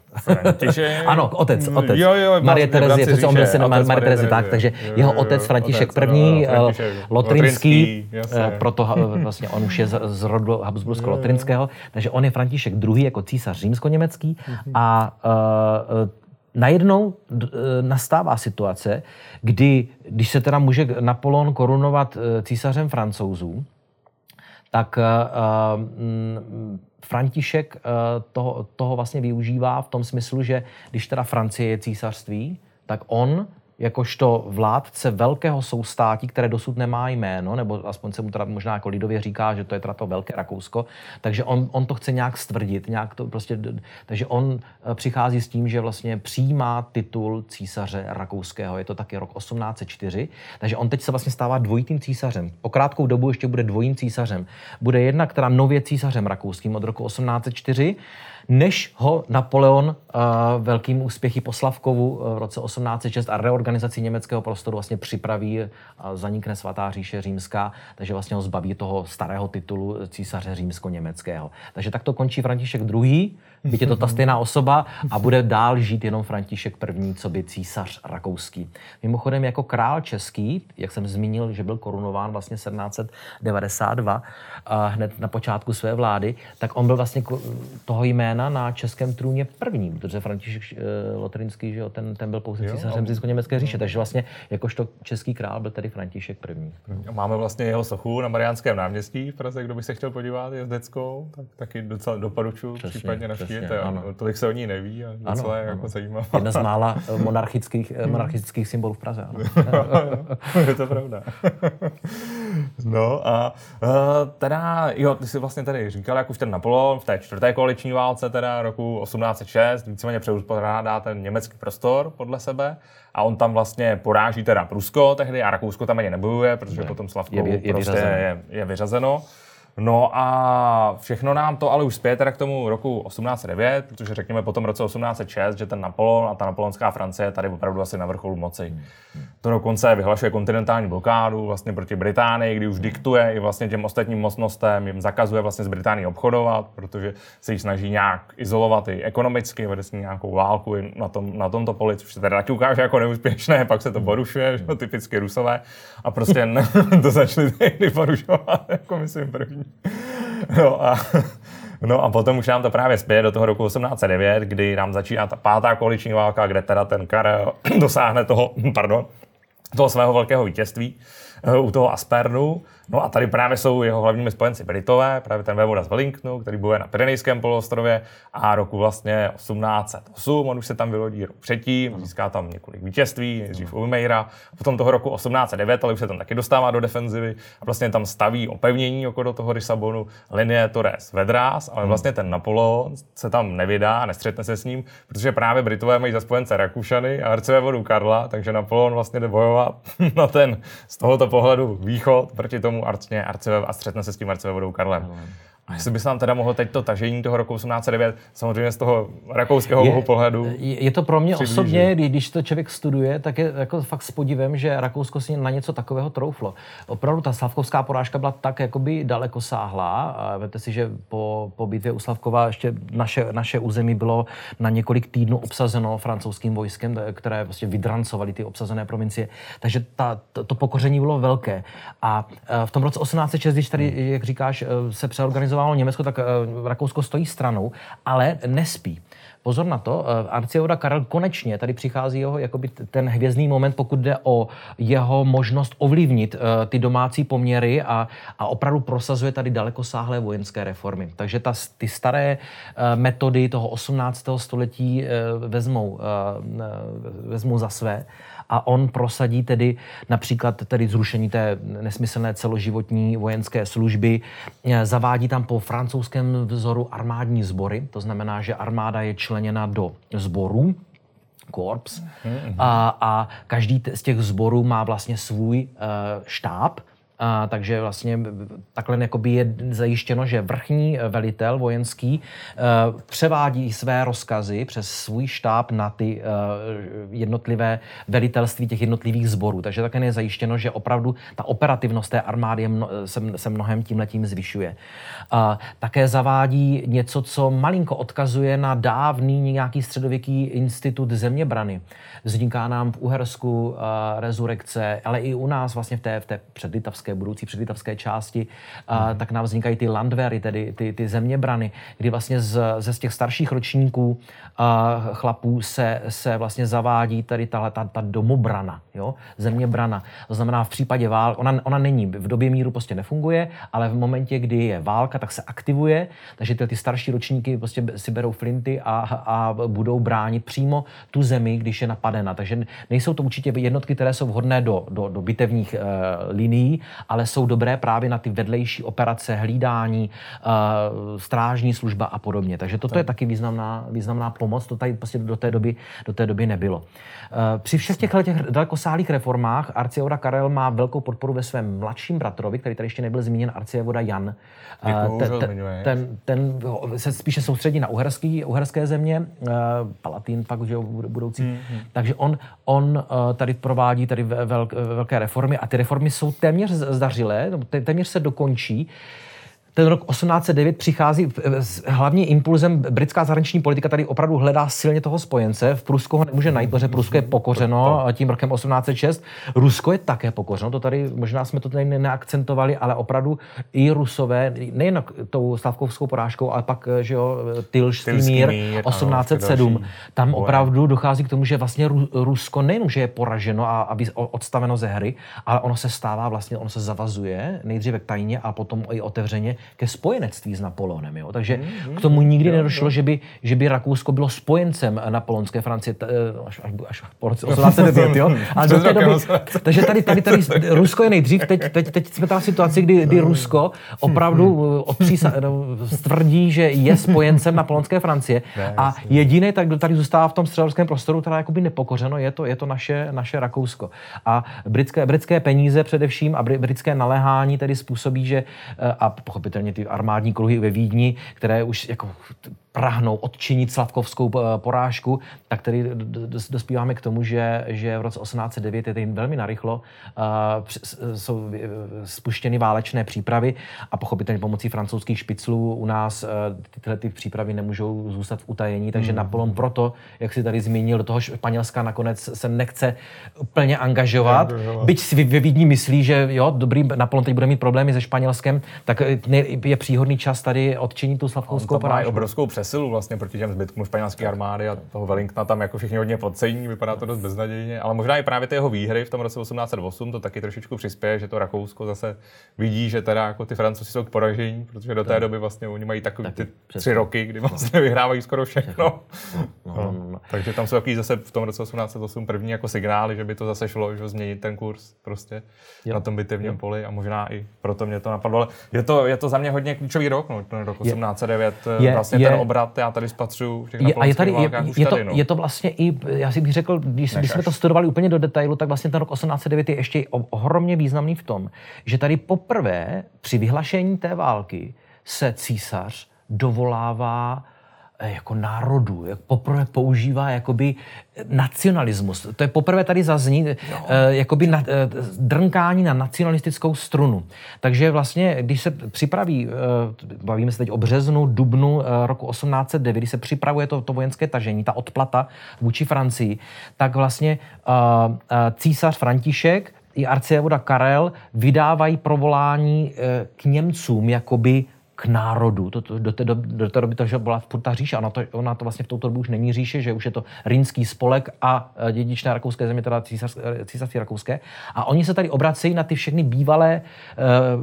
Ano, otec, otec. Jo, jo, Marie Terezie, přece on byl syn Marie Terezie, tak, takže jo, jeho otec František první, Lotrinský, proto vlastně on už je z rodu Habsbursko-Lotrinského, takže on je František druhý jako císař římsko-německý a uh, najednou nastává situace, kdy, když se teda může Napoleon korunovat císařem Francouzů, tak uh, uh, František uh, toho, toho vlastně využívá v tom smyslu, že když teda Francie je císařství, tak on jakožto vládce velkého soustátí, které dosud nemá jméno, nebo aspoň se mu teda možná jako lidově říká, že to je teda to velké Rakousko, takže on, on to chce nějak stvrdit, nějak to prostě, takže on přichází s tím, že vlastně přijímá titul císaře rakouského, je to taky rok osmnáct set čtyři, takže on teď se vlastně stává dvojitým císařem. Po krátkou dobu ještě bude dvojím císařem. Bude jednak teda nově císařem rakouským od roku osmnáct set čtyři, než ho Napoleon uh, velkým úspěchy po Slavkovu v roce osmnáct set šest a reorganizaci německého prostoru vlastně připraví a zanikne svatá říše římská, takže vlastně ho zbaví toho starého titulu císaře římsko-německého. Takže tak to končí František druhý, byť je to ta stejná osoba a bude dál žít jenom František první, co by císař rakouský. Mimochodem jako král český, jak jsem zmínil, že byl korunován vlastně sedmnáct set devadesát dva a hned na počátku své vlády, tak on byl vlastně toho jména na českém trůně první, protože František uh, Lotrinský, že jo, ten, ten byl pouze císařem římsko-německé říše, takže vlastně jakožto český král byl tedy František první. Máme vlastně jeho sochu na Mariánském náměstí v Praze, kdo by se chtěl podívat jezdeckou, tak taky docela doporučuji, případně navštívit. Tolik se o ní neví a docela ano, je jako zajímavá. Jedna z mála monarchických, monarchických symbolů v Praze. Ano. Je to pravda. No a uh, teda, jo, ty jsi vlastně tady říkal, jak už ten Napoleon v té čtvrté koaliční válce teda roku osmnáct set šest víceméně přeuspořádá ten německý prostor podle sebe a on tam vlastně poráží teda Prusko tehdy a Rakousko tam ani nebojuje, protože ne, potom Slavkou je, je, prostě vyřazeno. Je, je vyřazeno. No a všechno nám to ale už zpět teda k tomu roku osmnáct set devět, protože řekněme po tom roce osmnáct set šest, že ten Napoleon a ta napoleonská Francie tady opravdu asi na vrcholu moci. Hmm. To dokonce vyhlašuje kontinentální blokádu vlastně proti Británii, kdy už diktuje i vlastně těm ostatním mocnostem, jim zakazuje vlastně s Británií obchodovat, protože se jí snaží nějak izolovat i ekonomicky, vede s ní nějakou válku i na, tom, na tomto poli, což se teda taky ukáže jako neúspěšné, pak se to porušuje, že typicky Rusové a prostě ne, to začali tehdy porušovat, jako myslím první. No a, no a potom už nám to právě zpět do toho roku osmnáct set devět, kdy nám začíná ta pátá koaliční válka, kde teda ten Karel dosáhne toho, pardon, toho svého velkého vítězství. u toho Aspérnu. No a tady právě jsou jeho hlavními spojenci Britové, právě ten vévoda z Wellingtonu, který bojuje na Pyrenejském poloostrově a roku vlastně osmnáct set osm, on už se tam vylodí rok předtím, získá tam několik vítězství, nejdřív u Meira, potom toho roku osmnáct set devět, ale už se tam taky dostává do defenzivy a vlastně tam staví opevnění okolo toho Lisabonu, linie Torres Vedras, ale vlastně ten Napoleon se tam nevydá, nestřetne se s ním, protože právě Britové mají za spojence Rakušany a arcivévodu Karla, takže Napoleon vlastně jde bojovat na ten z tohoto pohledu východ proti tomu Arcně, arcivé, a střetne se s tím arcivévodou Karlem. A jestli bys nám teda mohl teď to tažení toho roku osmnáct set devět, samozřejmě z toho rakouského úhlu pohledu. Je, je to pro mě přiblížit. Osobně, když to člověk studuje, tak je jako fakt s podivem, že Rakousko si na něco takového trouflo. Opravdu ta slavkovská porážka byla tak jakoby dalekosáhlá. Víte si, že po, po bitvě u Slavkova ještě naše, naše území bylo na několik týdnů obsazeno francouzským vojskem, které vlastně vydrancovali ty obsazené provincie. Takže ta, to, to pokoření bylo velké. A v tom roce osmnáct set šest, když tady, jak říkáš, se přeorganizovalo Německo, tak Rakousko stojí stranou, ale nespí. Pozor na to, arcivévoda Karel konečně, tady přichází jeho jakoby ten hvězdný moment, pokud jde o jeho možnost ovlivnit uh, ty domácí poměry a, a opravdu prosazuje tady dalekosáhlé vojenské reformy. Takže ta, ty staré uh, metody toho osmnáctého století uh, vezmou, uh, vezmou za své. A on prosadí tedy například tedy zrušení té nesmyslné celoživotní vojenské služby, zavádí tam po francouzském vzoru armádní sbory, to znamená, že armáda je členěna do sborů, korps, mm-hmm. a, a každý z těch sborů má vlastně svůj uh, štáb. A, takže vlastně takhle jakoby je zajištěno, že vrchní velitel vojenský uh, převádí své rozkazy přes svůj štáb na ty uh, jednotlivé velitelství těch jednotlivých sborů. Takže také je zajištěno, že opravdu ta operativnost té armády je mno, se, se mnohem tímhletím zvyšuje. Uh, také zavádí něco, co malinko odkazuje na dávný nějaký středověký institut zeměbrany. Vzniká nám v Uhersku uh, rezurekce, ale i u nás vlastně v té, v té předlitavské budoucí předlitavské části, mm. tak nám vznikají ty landwery, tedy ty, ty zeměbrany, kdy vlastně z, ze z těch starších ročníků a, chlapů se, se vlastně zavádí tady tahle, ta, ta domobrana, jo? Zeměbrana. To znamená v případě války, ona, ona není, v době míru prostě nefunguje, ale v momentě, kdy je válka, tak se aktivuje, takže ty, ty starší ročníky prostě si berou flinty a, a budou bránit přímo tu zemi, když je napadena. Takže nejsou to určitě jednotky, které jsou vhodné do, do, do bitevních e, linií, ale jsou dobré právě na ty vedlejší operace, hlídání, uh, strážní služba a podobně. Takže toto tak. je taky významná, významná pomoc, to tady prostě do té doby, do té doby nebylo. Uh, při všech těch, těch dalekosáhlých reformách arcivévoda Karel má velkou podporu ve svém mladším bratrovi, který tady ještě nebyl zmíněn, arcivévoda Jan. Uh, ten, ten, ten, ten se spíše soustředí na uherský, uherské země, uh, Palatín pak už je budoucí. Mm-hmm. Takže on, on uh, tady provádí tady velk, velké reformy a ty reformy jsou téměř zdařilé, téměř se dokončí. Ten rok osmnáct set devět přichází hlavně impulzem britská zahraniční politika, tady opravdu hledá silně toho spojence. V Prusku ho nemůže najít, protože Prusko je pokořeno tím rokem osmnáct set šest. Rusko je také pokořeno, to tady možná jsme to tady neakcentovali, ale opravdu i Rusové, nejen tou slavkovskou porážkou, ale pak, že jo, Tylský mír osmnáct set sedm. Tam opravdu dochází k tomu, že vlastně Rusko nejenom, že je poraženo a, a odstaveno ze hry, ale ono se stává vlastně, ono se zavazuje nejdříve tajně a potom i otevřeně ke spojenectví s Napoleonem. Jo? Takže mm, k tomu nikdy jo, nedošlo, jo. Že, by, že by Rakousko bylo spojencem napoleonské Francie t, až, až, až po roce osmnáct set devět. Jo? Ale do té doby, takže tady, tady, tady Rusko je nejdřív, teď, teď, teď jsme tam v situaci, kdy, kdy Rusko opravdu opřísa, stvrdí, že je spojencem napoleonské Francie a jediné, tak kdo tady zůstává v tom středoevropském prostoru, teda jakoby nepokořeno, je to, je to naše, naše Rakousko. A britské, britské peníze především a britské naléhání tedy způsobí, že a pochopitelně ty armádní kruhy ve Vídni, které už jako prahnou odčinit slavkovskou porážku, tak tedy dospíváme k tomu, že, že v roce osmnáct set devět je tady velmi narychlo uh, jsou spuštěny válečné přípravy a pochopitelně pomocí francouzských špiclů u nás uh, tyhle ty přípravy nemůžou zůstat v utajení, takže mm. Napoleon proto, jak si tady zmínil, do toho Španělska nakonec se nechce plně angažovat, byť si ve Vídni myslí, že jo, dobrý, Napoleon teď bude mít problémy se Španělskem, tak je příhodný čas tady odčinit tu slavkovskou porážku. Obrovskou přes přesilu vlastně proti těm zbytkům španělské armády a toho Wellingtona tam jako všichni hodně podcení, vypadá to dost beznadějně, ale možná i právě ty jeho výhry v tom roce osmnáct set osm to taky trošičku přispěje, že to Rakousko zase vidí, že teda jako ty Francouzi jsou k poražení, protože do té doby vlastně oni mají takový ty tři roky, kdy vlastně vyhrávají skoro všechno. No, no, no, no. Takže tam jsou takový zase v tom roce osmnáct set osm první jako signály, že by to zase šlo, že změnit ten kurz prostě jo. na tom bitevním jo. poli a možná i proto mě to napadlo. Ale je to, je to za mě hodně klíčový rok, no, ten rok osmnáct set devět, je, vlastně je, ten obrat, já tady spatřuju těch napoleonských válkách už je tady. To, no. je to vlastně i, já si bych řekl, když, když jsme to studovali úplně do detailu, tak vlastně ten rok osmnáct set devět je ještě ohromně významný v tom, že tady poprvé při vyhlašení té války se císař dovolává jako národu, jak poprvé používá jakoby nacionalismus. To je poprvé tady zazní eh, jakoby na, eh, drnkání na nacionalistickou strunu. Takže vlastně, když se připraví, eh, bavíme se teď o březnu, dubnu eh, roku osmnáct set devět, když se připravuje to, to vojenské tažení, ta odplata vůči Francii, tak vlastně eh, eh, císař František i arcivévoda Karel vydávají provolání eh, k Němcům jakoby k národu. To, to, do, té, do, do té doby to že byla ta říše. Ona to, ona to vlastně v touto dobu už není říše, že už je to Rýnský spolek a dědičné rakouské země, teda císař, císařství rakouské. A oni se tady obracejí na ty všechny bývalé uh,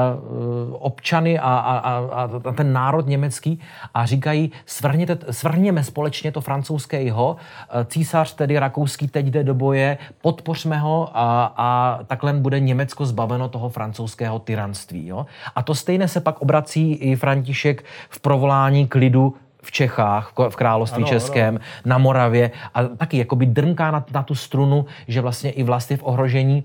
uh, občany a, a, a, a ten národ německý a říkají, svrhněte, svrhněme společně to francouzské jiho. Císař, tedy rakouský, teď jde do boje, podpořme ho a, a takhle bude Německo zbaveno toho francouzského tyranství. Jo? A to stejné se pak obrací i František v provolání k lidu v Čechách, v království ano, českém, ano. na Moravě a taky jakoby drnká na, na tu strunu, že vlastně i vlast je v ohrožení.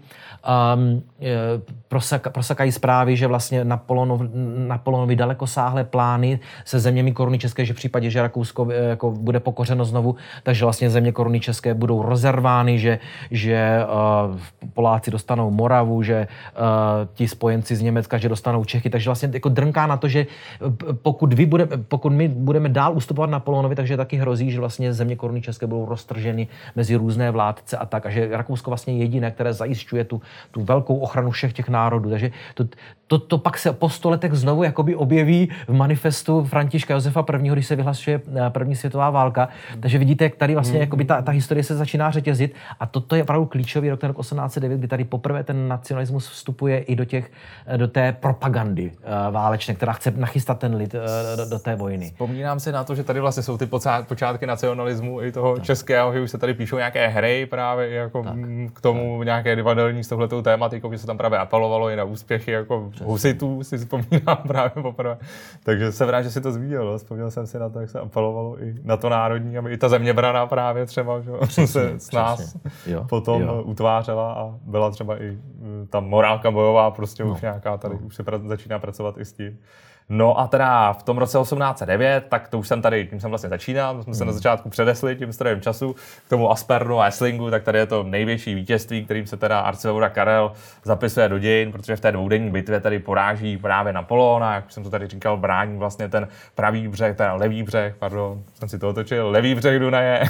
Um, prosaka, prosakají zprávy, že vlastně Napoleonov, Napoleonovi dalekosáhlé plány se zeměmi koruny české, že v případě, že Rakousko jako bude pokořeno znovu, takže vlastně země koruny české budou rozervány, že, že uh, Poláci dostanou Moravu, že uh, ti spojenci z Německa, že dostanou Čechy, takže vlastně jako drnká na to, že pokud, vy bude, pokud my budeme dál ustupovat Napoleonovi, takže taky hrozí, že vlastně země koruny české budou roztrženy mezi různé vládce a tak, a že Rakousko vlastně jediné, které zajišťuje tu tu velkou ochranu všech těch národů. Takže to, to, to pak se po sto letech znovu jakoby objeví v manifestu Františka Josefa I., když se vyhlašuje první světová válka. Takže vidíte, jak tady vlastně jakoby ta, ta historie se začíná řetězit a toto je opravdu klíčový rok, ten rok osmnáct set devět, kdy tady poprvé ten nacionalismus vstupuje i do, těch, do té propagandy válečné, která chce nachystat ten lid do, do té vojny. Vzpomínám si na to, že tady vlastně jsou ty počátky nacionalismu i toho tak. českého, že už se tady píšou nějaké hry právě jako tak. k tomu tak. nějaké divadelní s touhletou tématikou, že se tam právě apelovalo i na úspěchy jako Přesně. husitů, si vzpomínám právě poprvé. Takže jsem rád, že si to zmínil, no. Vzpomněl jsem si na to, jak se apelovalo i na to národní, aby i ta zeměbraná právě třeba, že Přesně. se s nás jo. potom jo. utvářela a byla třeba i ta morálka bojová, prostě no. už nějaká tady, no. už se pra- začíná pracovat i s tím. No a teda v tom roce osmnáct set devět, tak to už jsem tady, tím jsem vlastně začínal, to jsme se mm. na začátku předesli tím strojem času k tomu Aspernu a Esslingu, tak tady je to největší vítězství, kterým se teda arcivévoda Karel zapisuje do dějin, protože v té dvoudenní bitvě tady poráží právě Napoleona, jak jsem to tady říkal, brání vlastně ten pravý břeh, ten levý břeh, pardon, jsem si to otočil, levý břeh Dunaje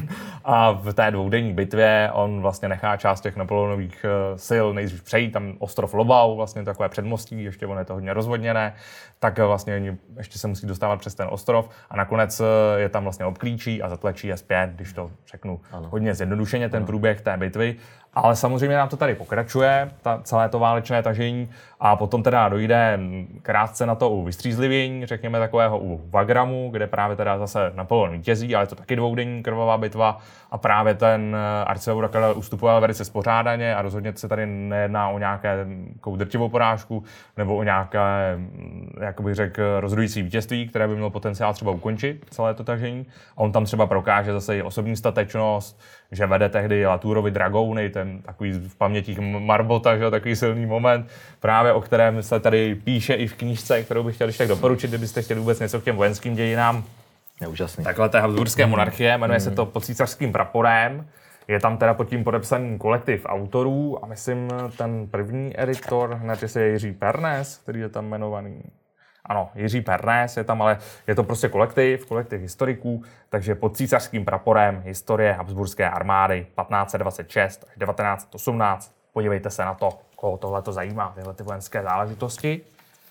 a v té dvoudenní bitvě on vlastně nechá část těch Napoleonových sil nejdřív přejít, tam ostrov Lobau, vlastně takové předmostí, ještě ono je to hodně rozvodněné, tak vlastně oni ještě se musí dostávat přes ten ostrov a nakonec je tam vlastně obklíčí a zatlačí je zpět, když to řeknu ano. hodně zjednodušeně, ten ano. průběh té bitvy. Ale samozřejmě nám to tady pokračuje, ta, celé to válečné tažení a potom teda dojde krátce na to u vystřízlivění, řekněme takového u Wagramu, kde právě teda zase Napoleon vítězí, ale je to taky dvoudenní krvavá bitva a právě ten arcivévoda Karel ustupoval velice spořádaně a rozhodně se tady nejedná o nějaké drtivou porážku nebo o nějaké, jak bych řekl, rozhodující vítězství, které by mělo potenciál třeba ukončit celé to tažení. A on tam třeba prokáže zase i osobní statečnost, že vede tehdy Laturovi dragouny, ten takový v pamětích Marbota, že, takový silný moment, právě o kterém se tady píše i v knížce, kterou bych chtěl ještě tak doporučit, kdybyste chtěli vůbec něco k těm vojenským dějinám. Je úžasný. Takhle té habsburské monarchie, jmenuje mm. se to Pod císařským praporem. Je tam teda pod tím podepsaný kolektiv autorů a myslím ten první editor, hned jestli je Jiří Pernes, který je tam jmenovaný. Ano, Jiří Pernes je tam, ale je to prostě kolektiv, kolektiv historiků, takže pod císařským praporem historie habsburské armády patnáct set dvacet šest až devatenáct set osmnáct. Podívejte se na to, koho tohle to zajímá, tyhle ty vojenské záležitosti.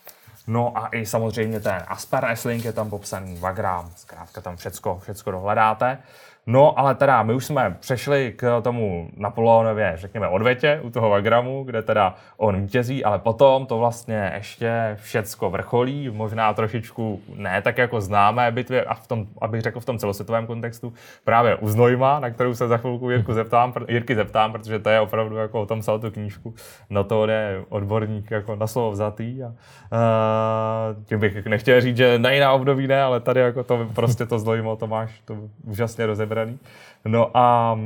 No a i samozřejmě ten Asper Essling je tam popsaný, Wagram, zkrátka tam všecko, všecko dohledáte. No, ale teda my už jsme přešli k tomu Napoleonově, řekněme, odvětě u toho Wagramu, kde teda on vítězí, ale potom to vlastně ještě všecko vrcholí, možná trošičku ne tak jako známé bitvě, a v tom, abych řekl v tom celosvětovém kontextu, právě u Znojma, na kterou se za chvilku Jirku zeptám, Jirky zeptám, protože to je opravdu jako o tom psal tu knížku, no to je odborník jako na slovo vzatý a uh, tím bych nechtěl říct, že na jiná období ne, ale tady jako to prostě to Znojmo, to máš to úžasně rozebraný. No a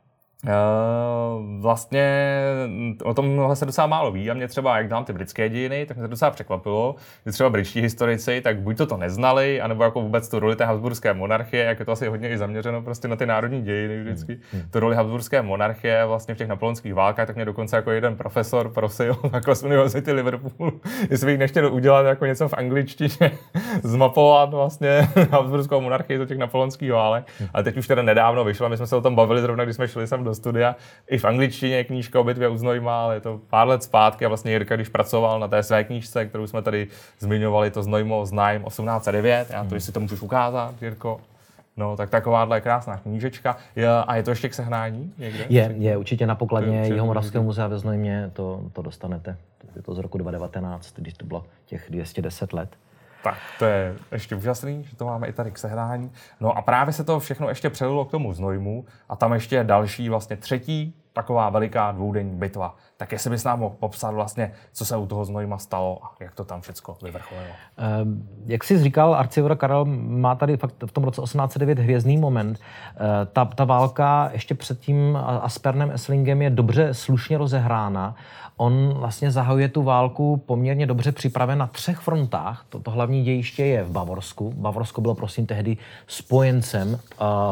Uh, vlastně o tomhle se docela málo ví a mě třeba, jak dám ty britské dějiny, tak mě to docela překvapilo, že třeba britští historici tak buď to to neznali, anebo jako vůbec tu roli té habsburské monarchie, jak je to asi hodně i zaměřeno prostě na ty národní dějiny vždycky, hmm. tu roli habsburské monarchie vlastně v těch napoleonských válkách, tak mě dokonce jako jeden profesor prosil jako z Univerzity Liverpoolu, jestli bych nechtěl udělat jako něco v angličtině, zmapovat vlastně habsburskou monarchii do těch napoleonských válek, hmm. ale teď už teda nedávno vyšlo, my jsme se o tom bavili zrovna, když jsme šli sem do studia. I v angličtině je knížka o bitvě u Znojma, ale je to pár let zpátky a vlastně Jirka, když pracoval na té své knížce, kterou jsme tady zmiňovali, to Znojmo, Znajem osmnáct set devět, já to, jestli to můžeš ukázat, Jirko. No, tak takováhle je krásná knížečka. Je, a je to ještě k sehnání někde? Je, je určitě na pokladně Jihomoravského muzea ve Znojmě, to, to dostanete. Je to z roku dva tisíce devatenáct, když to bylo těch dvě stě deset let. Tak to je ještě úžasný, že to máme i tady k sehnání. No a právě se to všechno ještě přelilo k tomu Znojmu a tam ještě je další, vlastně třetí taková veliká dvoudenní bitva. Tak jestli bys nám mohl popsat vlastně, co se u toho Znojma stalo a jak to tam všecko vyvrcholilo. Um, jak jsi říkal, arcivévoda Karel má tady fakt v tom roce osmnáct set devět hvězdný moment. Uh, ta, ta válka ještě před tím Aspernem Esslingem je dobře slušně rozehrána. On vlastně zahajuje tu válku poměrně dobře připraven na třech frontách. To, to hlavní dějiště je v Bavorsku. Bavorsko bylo prosím tehdy spojencem uh,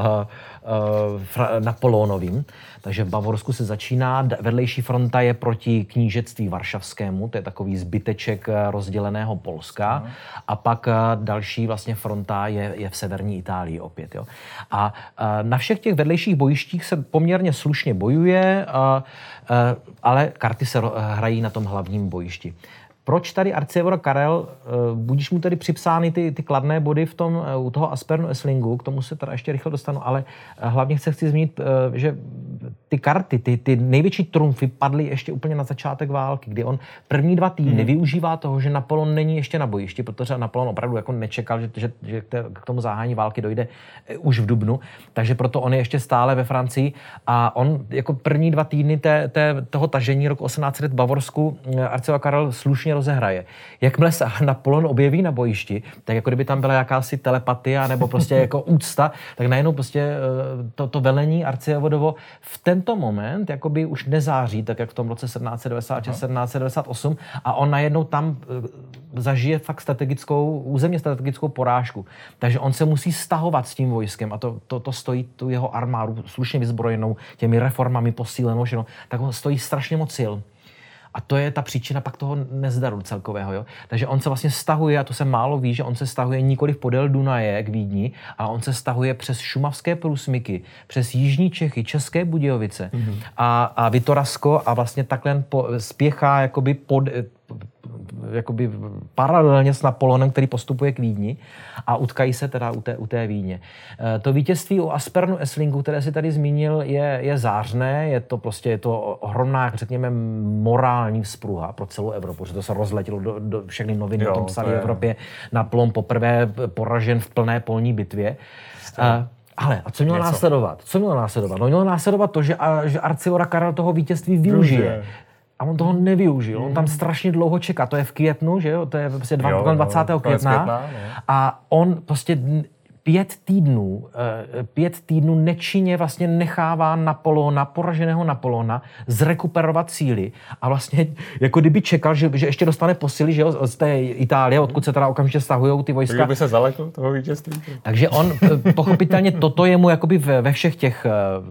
uh, Napoleonovým. Takže v Bavorsku se začíná. Vedlejší fronta je proti knížectví varšavskému, to je takový zbyteček rozděleného Polska. Mm. A pak další vlastně fronta je, je v severní Itálii opět. Jo. A na všech těch vedlejších bojištích se poměrně slušně bojuje, ale karty se hrají na tom hlavním bojišti. Proč tady arcivévoda Karel, budíš mu tady připsány ty, ty kladné body v tom, u toho Aspernu Esslingu, k tomu se teda ještě rychle dostanu, ale hlavně chci, chci zmínit, že ty karty, ty, ty největší trumfy padly ještě úplně na začátek války, kdy on první dva týdny hmm. využívá toho, že Napoleon není ještě na bojišti, protože Napoleon opravdu jako nečekal, že, že, že k tomu zahájení války dojde už v dubnu, takže proto on je ještě stále ve Francii a on jako první dva týdny té, té, toho tažení roku osmnáct set v Bavorsku arcivévoda Karel slušně rozehraje. Jakmile se Napoleon objeví na bojišti, tak jako kdyby tam byla jakási telepatia nebo prostě jako úcta, tak najednou prostě to, to velení arcivévodovo v tento moment jakoby už nezáří, tak jak v tom roce sedmnáct set devadesát šest sedmnáct set devadesát osm a on najednou tam zažije fakt strategickou, územně strategickou porážku. Takže on se musí stahovat s tím vojskem a to, to, to stojí tu jeho armádu slušně vyzbrojenou, těmi reformami posílenou, že no, tak on stojí strašně moc sil. A to je ta příčina pak toho nezdaru celkového. Jo? Takže on se vlastně stahuje, a to se málo ví, že on se stahuje nikoliv podél Dunaje k Vídni, ale on se stahuje přes šumavské průsmyky, přes jižní Čechy, České Budějovice mm-hmm. a, a Vitorasko a vlastně takhle po, spěchá jakoby pod... jakoby paralelně s Napoleonem, který postupuje k Vídni a utkají se teda u té, u té Vídně. E, to vítězství u Aspernu Esslingu, které si tady zmínil, je, je zářné, je to prostě je to ohromná, jak řekněme, morální vzpruha pro celou Evropu, že to se rozletělo do, do všechny noviny, o tom psali v Evropě. Napoleon poprvé poražen v plné polní bitvě. E, ale a co mělo Něco. následovat? Co mělo následovat? No mělo následovat to, že, a, že arcivévoda Karel toho vítězství využije. A on toho nevyužil. On tam strašně dlouho čeká. To je v květnu, že jo? To je prostě dvacátého května. května a on prostě pět týdnů, pět týdnů nečinně vlastně nechává Napoleona, poraženého Napoleona, zrekuperovat síly a vlastně jako kdyby čekal, že, že ještě dostane posily, že jo, z té Itálie, odkud se teda okamžitě stahujou ty vojska. Kdyby se zalekl toho vítězství. Takže on pochopitelně toto je mu jakoby ve, ve všech těch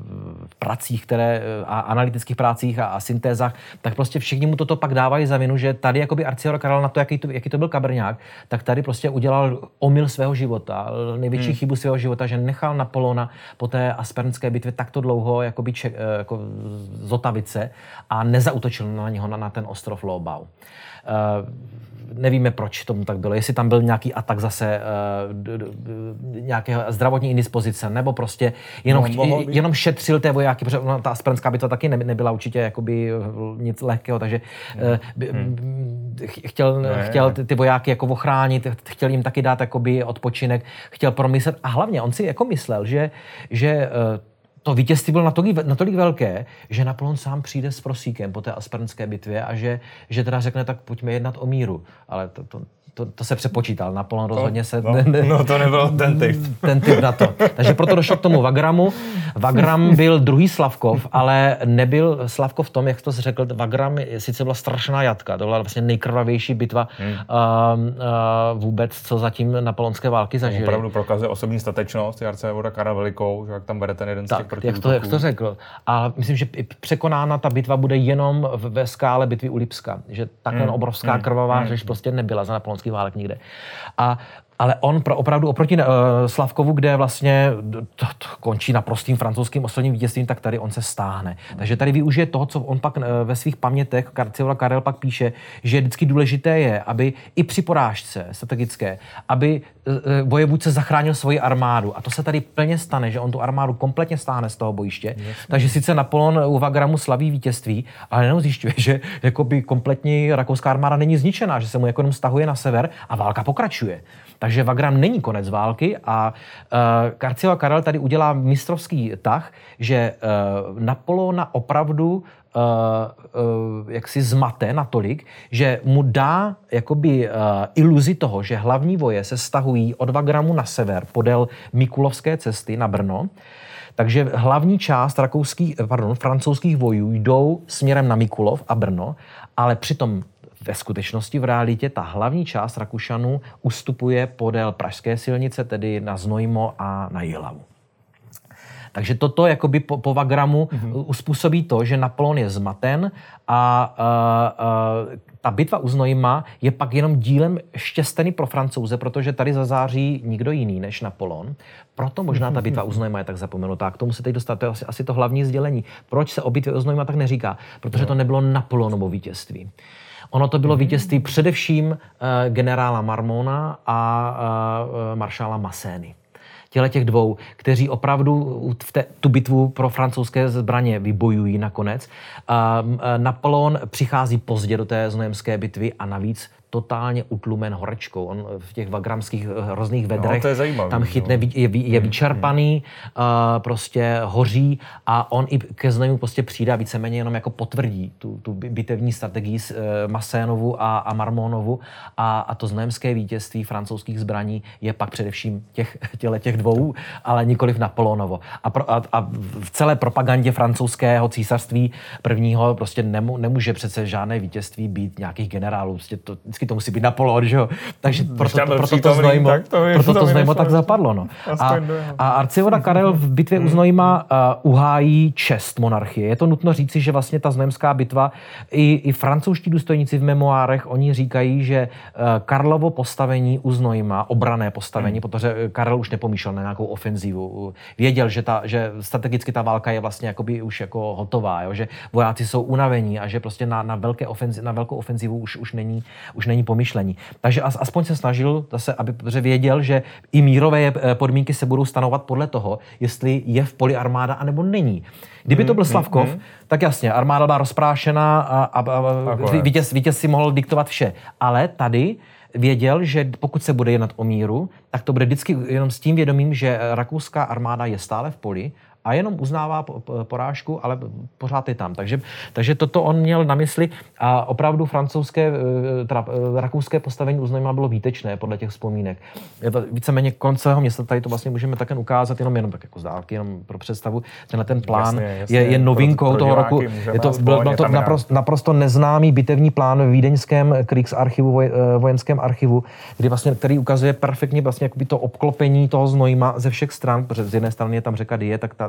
v pracích, které, a analytických prácích a, a syntézách, tak prostě všichni mu toto pak dávají za vinu, že tady jakoby Arciero Karel na to, jaký to, jaký to byl kabrňák, tak tady prostě udělal omyl svého života, největší hmm. chybu svého života, že nechal Napoleona po té aspernské bitvě takto dlouho jakoby ček, jako zotavit se a nezautočil na něho na, na ten ostrov Lobau. Uh, nevíme, proč tomu tak bylo. Jestli tam byl nějaký atak zase uh, d, d, d, nějaké zdravotní indispozice, nebo prostě jenom, no, chtě, jenom šetřil té vojáky, protože ta aspernská bitva taky ne, nebyla určitě jakoby nic lehkého, takže uh, hmm. chtěl, ne, chtěl ty, ty vojáky jako ochránit, chtěl jim taky dát jakoby odpočinek, chtěl promyslet a hlavně on si jako myslel, že, že uh, to vítězství bylo natolik, natolik velké, že Napoleon sám přijde s prosíkem po té aspernské bitvě a že, že teda řekne, tak pojďme jednat o míru. Ale to, to, to, to se přepočítal. Napoleon rozhodně se... No, ne, no to nebyl ten typ. Ten typ na to. Takže proto došlo k tomu Wagramu. Wagram byl druhý Slavkov, ale nebyl Slavkov v tom, jak to řekl. Wagram sice byla strašná jatka. To byla vlastně nejkrvavější bitva hmm. uh, uh, vůbec, co zatím napoleonské války zažili. Opravdu prokazuje osobní statečnost Arcivévoda Karel Velikou, že jak tam bere ten jeden z těch protiútoků. Jak to, jak to řekl. A myslím, že překonána ta bitva bude jenom ve skále bitvy u Lipska. Že takhle hmm. obrovská hmm. krvavá řeč hmm. prostě nebyla za napoleonský válek nikde. A ale on pro opravdu oproti uh, Slavkovu, kde vlastně to, to končí naprostým francouzským osobním vítězstvím, tak tady on se stáhne. Takže tady využije toho, co on pak uh, ve svých pamětech, Arcivévoda Karel pak píše, že vždycky důležité je, aby i při porážce strategické, aby uh, vojevůdce zachránil svoji armádu. A to se tady plně stane, že on tu armádu kompletně stáhne z toho bojiště. Jasně. Takže sice Napoleon u Wagramu slaví vítězství, ale jenom zjišťuje, že jakoby kompletní rakouská armáda není zničená, že se mu jako jenom stahuje na sever a válka pokračuje. Takže Wagram není konec války a uh, Arcivévoda Karel tady udělá mistrovský tah, že uh, Napoleona opravdu uh, uh, jaksi zmate natolik, že mu dá jakoby uh, iluzi toho, že hlavní voje se stahují od Wagramu na sever podél Mikulovské cesty na Brno. Takže hlavní část rakouských, pardon, francouzských vojů jdou směrem na Mikulov a Brno, ale přitom ve skutečnosti v realitě ta hlavní část Rakušanů ustupuje podél pražské silnice, tedy na Znojmo a na Jihlavu. Takže toto jakoby po, po Wagramu mm-hmm. uspůsobí to, že Napoleon je zmaten a uh, uh, ta bitva u Znojma je pak jenom dílem štěstný pro Francouze, protože tady zazáří nikdo jiný než Napoleon. Proto možná ta bitva u Znojma je tak zapomenutá. K tomu se teď dostat, to je asi, asi to hlavní sdělení. Proč se o bitvě u Znojma tak neříká? Protože to nebylo Napoleonovo vítězství. Ono to bylo vítězství především uh, generála Marmona a uh, maršála Massény. Těle těch dvou, kteří opravdu v té, tu bitvu pro francouzské zbraně vybojují nakonec. Uh, Napoleon přichází pozdě do té znojemské bitvy a navíc totálně utlumen horečkou. On v těch vagramských hrozných vedrech no, zajímavé, tam chytne, je, je vyčerpaný, hmm. uh, prostě hoří a on i ke Znojmu prostě přijde a víceméně jenom jako potvrdí tu, tu bitevní strategii uh, Massénovu a, a Marmonovu a, a to znojemské vítězství francouzských zbraní je pak především těch, těle těch dvou, ale nikoliv Napoleonovo. A, pro, a, a v celé propagandě francouzského císařství prvního prostě nemů, nemůže přece žádné vítězství být nějakých generálů. Prostě to, vždycky to musí být Napoleon, že jo? Takže proto, to, proto to Znojmo, tak, to proto to Znojmo tak zapadlo. No. A, a Arcivévoda Karel v bitvě u Znojma uh, uhájí čest monarchie. Je to nutno říci, že vlastně ta znojemská bitva, i, i francouzští důstojníci v memoárech, oni říkají, že uh, Karlovo postavení u Znojma, obranné postavení, hmm. protože Karel už nepomýšlel na nějakou ofenzivu. Věděl, že, ta, že strategicky ta válka je vlastně jakoby už jako hotová, jo? Že vojáci jsou unavení a že prostě na, na, velké ofenzi, na velkou ofenzivu už, už není už není pomyšlení. Takže aspoň se snažil zase, aby protože věděl, že i mírové podmínky se budou stanovat podle toho, jestli je v poli armáda anebo není. Kdyby to byl Slavkov, mm, mm. tak jasně, armáda byla rozprášená a, a, a vítěz, vítěz si mohl diktovat vše. Ale tady věděl, že pokud se bude jednat o míru, tak to bude vždycky jenom s tím vědomím, že rakouská armáda je stále v poli a jenom uznává porážku, ale pořád je tam. Takže, takže toto on měl na mysli a opravdu francouzské, teda rakouské postavení u Znojma bylo výtečné podle těch vzpomínek. Víceméně konec celého města, tady to vlastně můžeme také ukázat jenom, jenom tak jako z dálky, jenom pro představu. Tenhle ten plán jasně, jasně, je, je novinkou pro, pro toho roku. Je to, byl, byl to naprosto, naprosto neznámý bitevní plán v vídeňském Kriegsarchivu, voj, vojenském archivu, kdy vlastně, který ukazuje perfektně vlastně jakoby to obklopení toho Znojma ze všech stran, protože z jedné strany je tam řeka Dyje, tak ta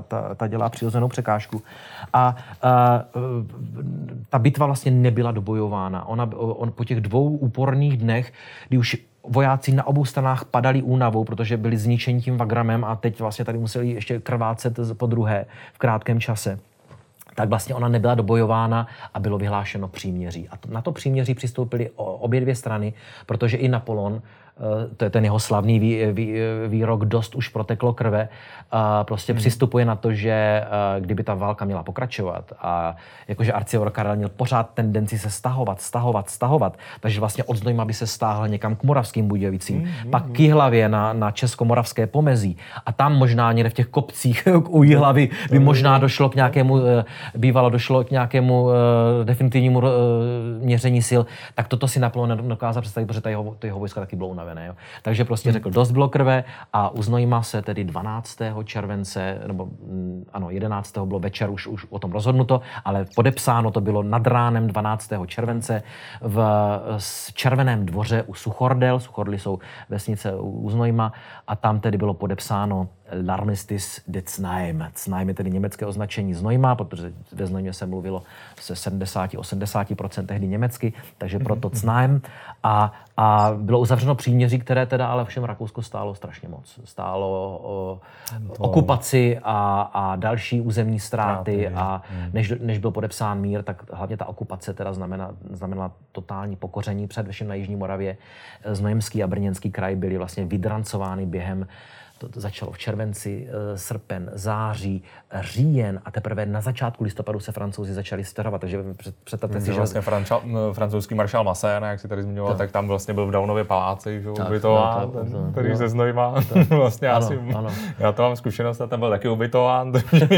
ta, ta dělá přirozenou překážku. A, a ta bitva vlastně nebyla dobojována. Ona, on po těch dvou úporných dnech, kdy už vojáci na obou stranách padali únavou, protože byli zničeni tím Vagramem a teď vlastně tady museli ještě krvácet po druhé v krátkém čase, tak vlastně ona nebyla dobojována a bylo vyhlášeno příměří. A to, na to příměří přistoupily obě dvě strany, protože i Napoleon, to je ten jeho slavný vý, vý, výrok, dost už proteklo krve, prostě hmm. přistupuje na to, že kdyby ta válka měla pokračovat a jakože Arcivévod Karel měl pořád tendenci se stahovat, stahovat, stahovat, takže vlastně od Znojma by se stáhl někam k Moravským Budějovicím, hmm. pak k Jihlavě na, na Českomoravské pomezí a tam možná někde v těch kopcích u Jihlavy by možná došlo k nějakému, bývalo došlo k nějakému definitivnímu měření sil, tak toto si Napoleon nedokázal představit, protože ta jeho, jeho vojska taky bylo unavené. Jo. Takže prostě řekl, dost bylo krve a u Znojma se tedy dvanáctého července, nebo ano, jedenáctého bylo večer už, už o tom rozhodnuto, ale podepsáno to bylo nad ránem dvanáctého července v Červeném dvoře u Suchordel. Suchordely jsou vesnice u Znojma a tam tedy bylo podepsáno L'armistice de Znaim. Znaim je tedy německé označení Znojma, protože ve Znojmě se mluvilo se sedmdesát až osmdesát procent tehdy německy, takže proto Znaim. A, a bylo uzavřeno příměří, které teda ale všem Rakousko stálo strašně moc. Stálo o, okupaci a, a další územní ztráty a než, než byl podepsán mír, tak hlavně ta okupace teda znamenala, znamenala totální pokoření, především na Jižní Moravě. Znojemský a Brněnský kraj byly vlastně vydrancovány během. To začalo v červenci, srpen, září, říjen a teprve na začátku listopadu se Francouzi začali stěhovat. Takže představte si, že... Vlastně frančal, francouzský maršál Massena, jak si tady zmiňoval, to. tak tam vlastně byl v Daunově paláci, že ubytován, to, to, to, který se Znojma. Vlastně já, ano, si, ano. já to mám zkušenost a tam byl taky ubytován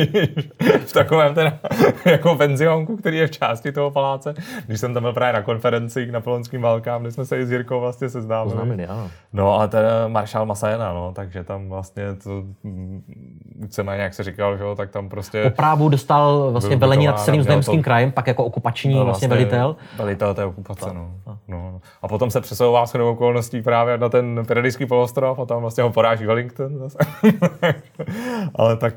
v takovém ten jako penzionku, který je v části toho paláce. Když jsem tam byl právě na konferenci k napoleonským válkám, kde jsme se i s Jirkou vlastně seznámili. No ale ten maršál Massena, no, takže tam vlastně to víceméně, jak se říkal, že, tak tam prostě... Po právu dostal vlastně velení nad celým Znojemským krajem, pak jako okupační no, vlastně velitel. Velitel té okupace, to, no. To. no. A potom se přesouvá shodou okolností právě na ten Pyrenejský poloostrov a tam vlastně ho poráží Wellington zase. Ale tak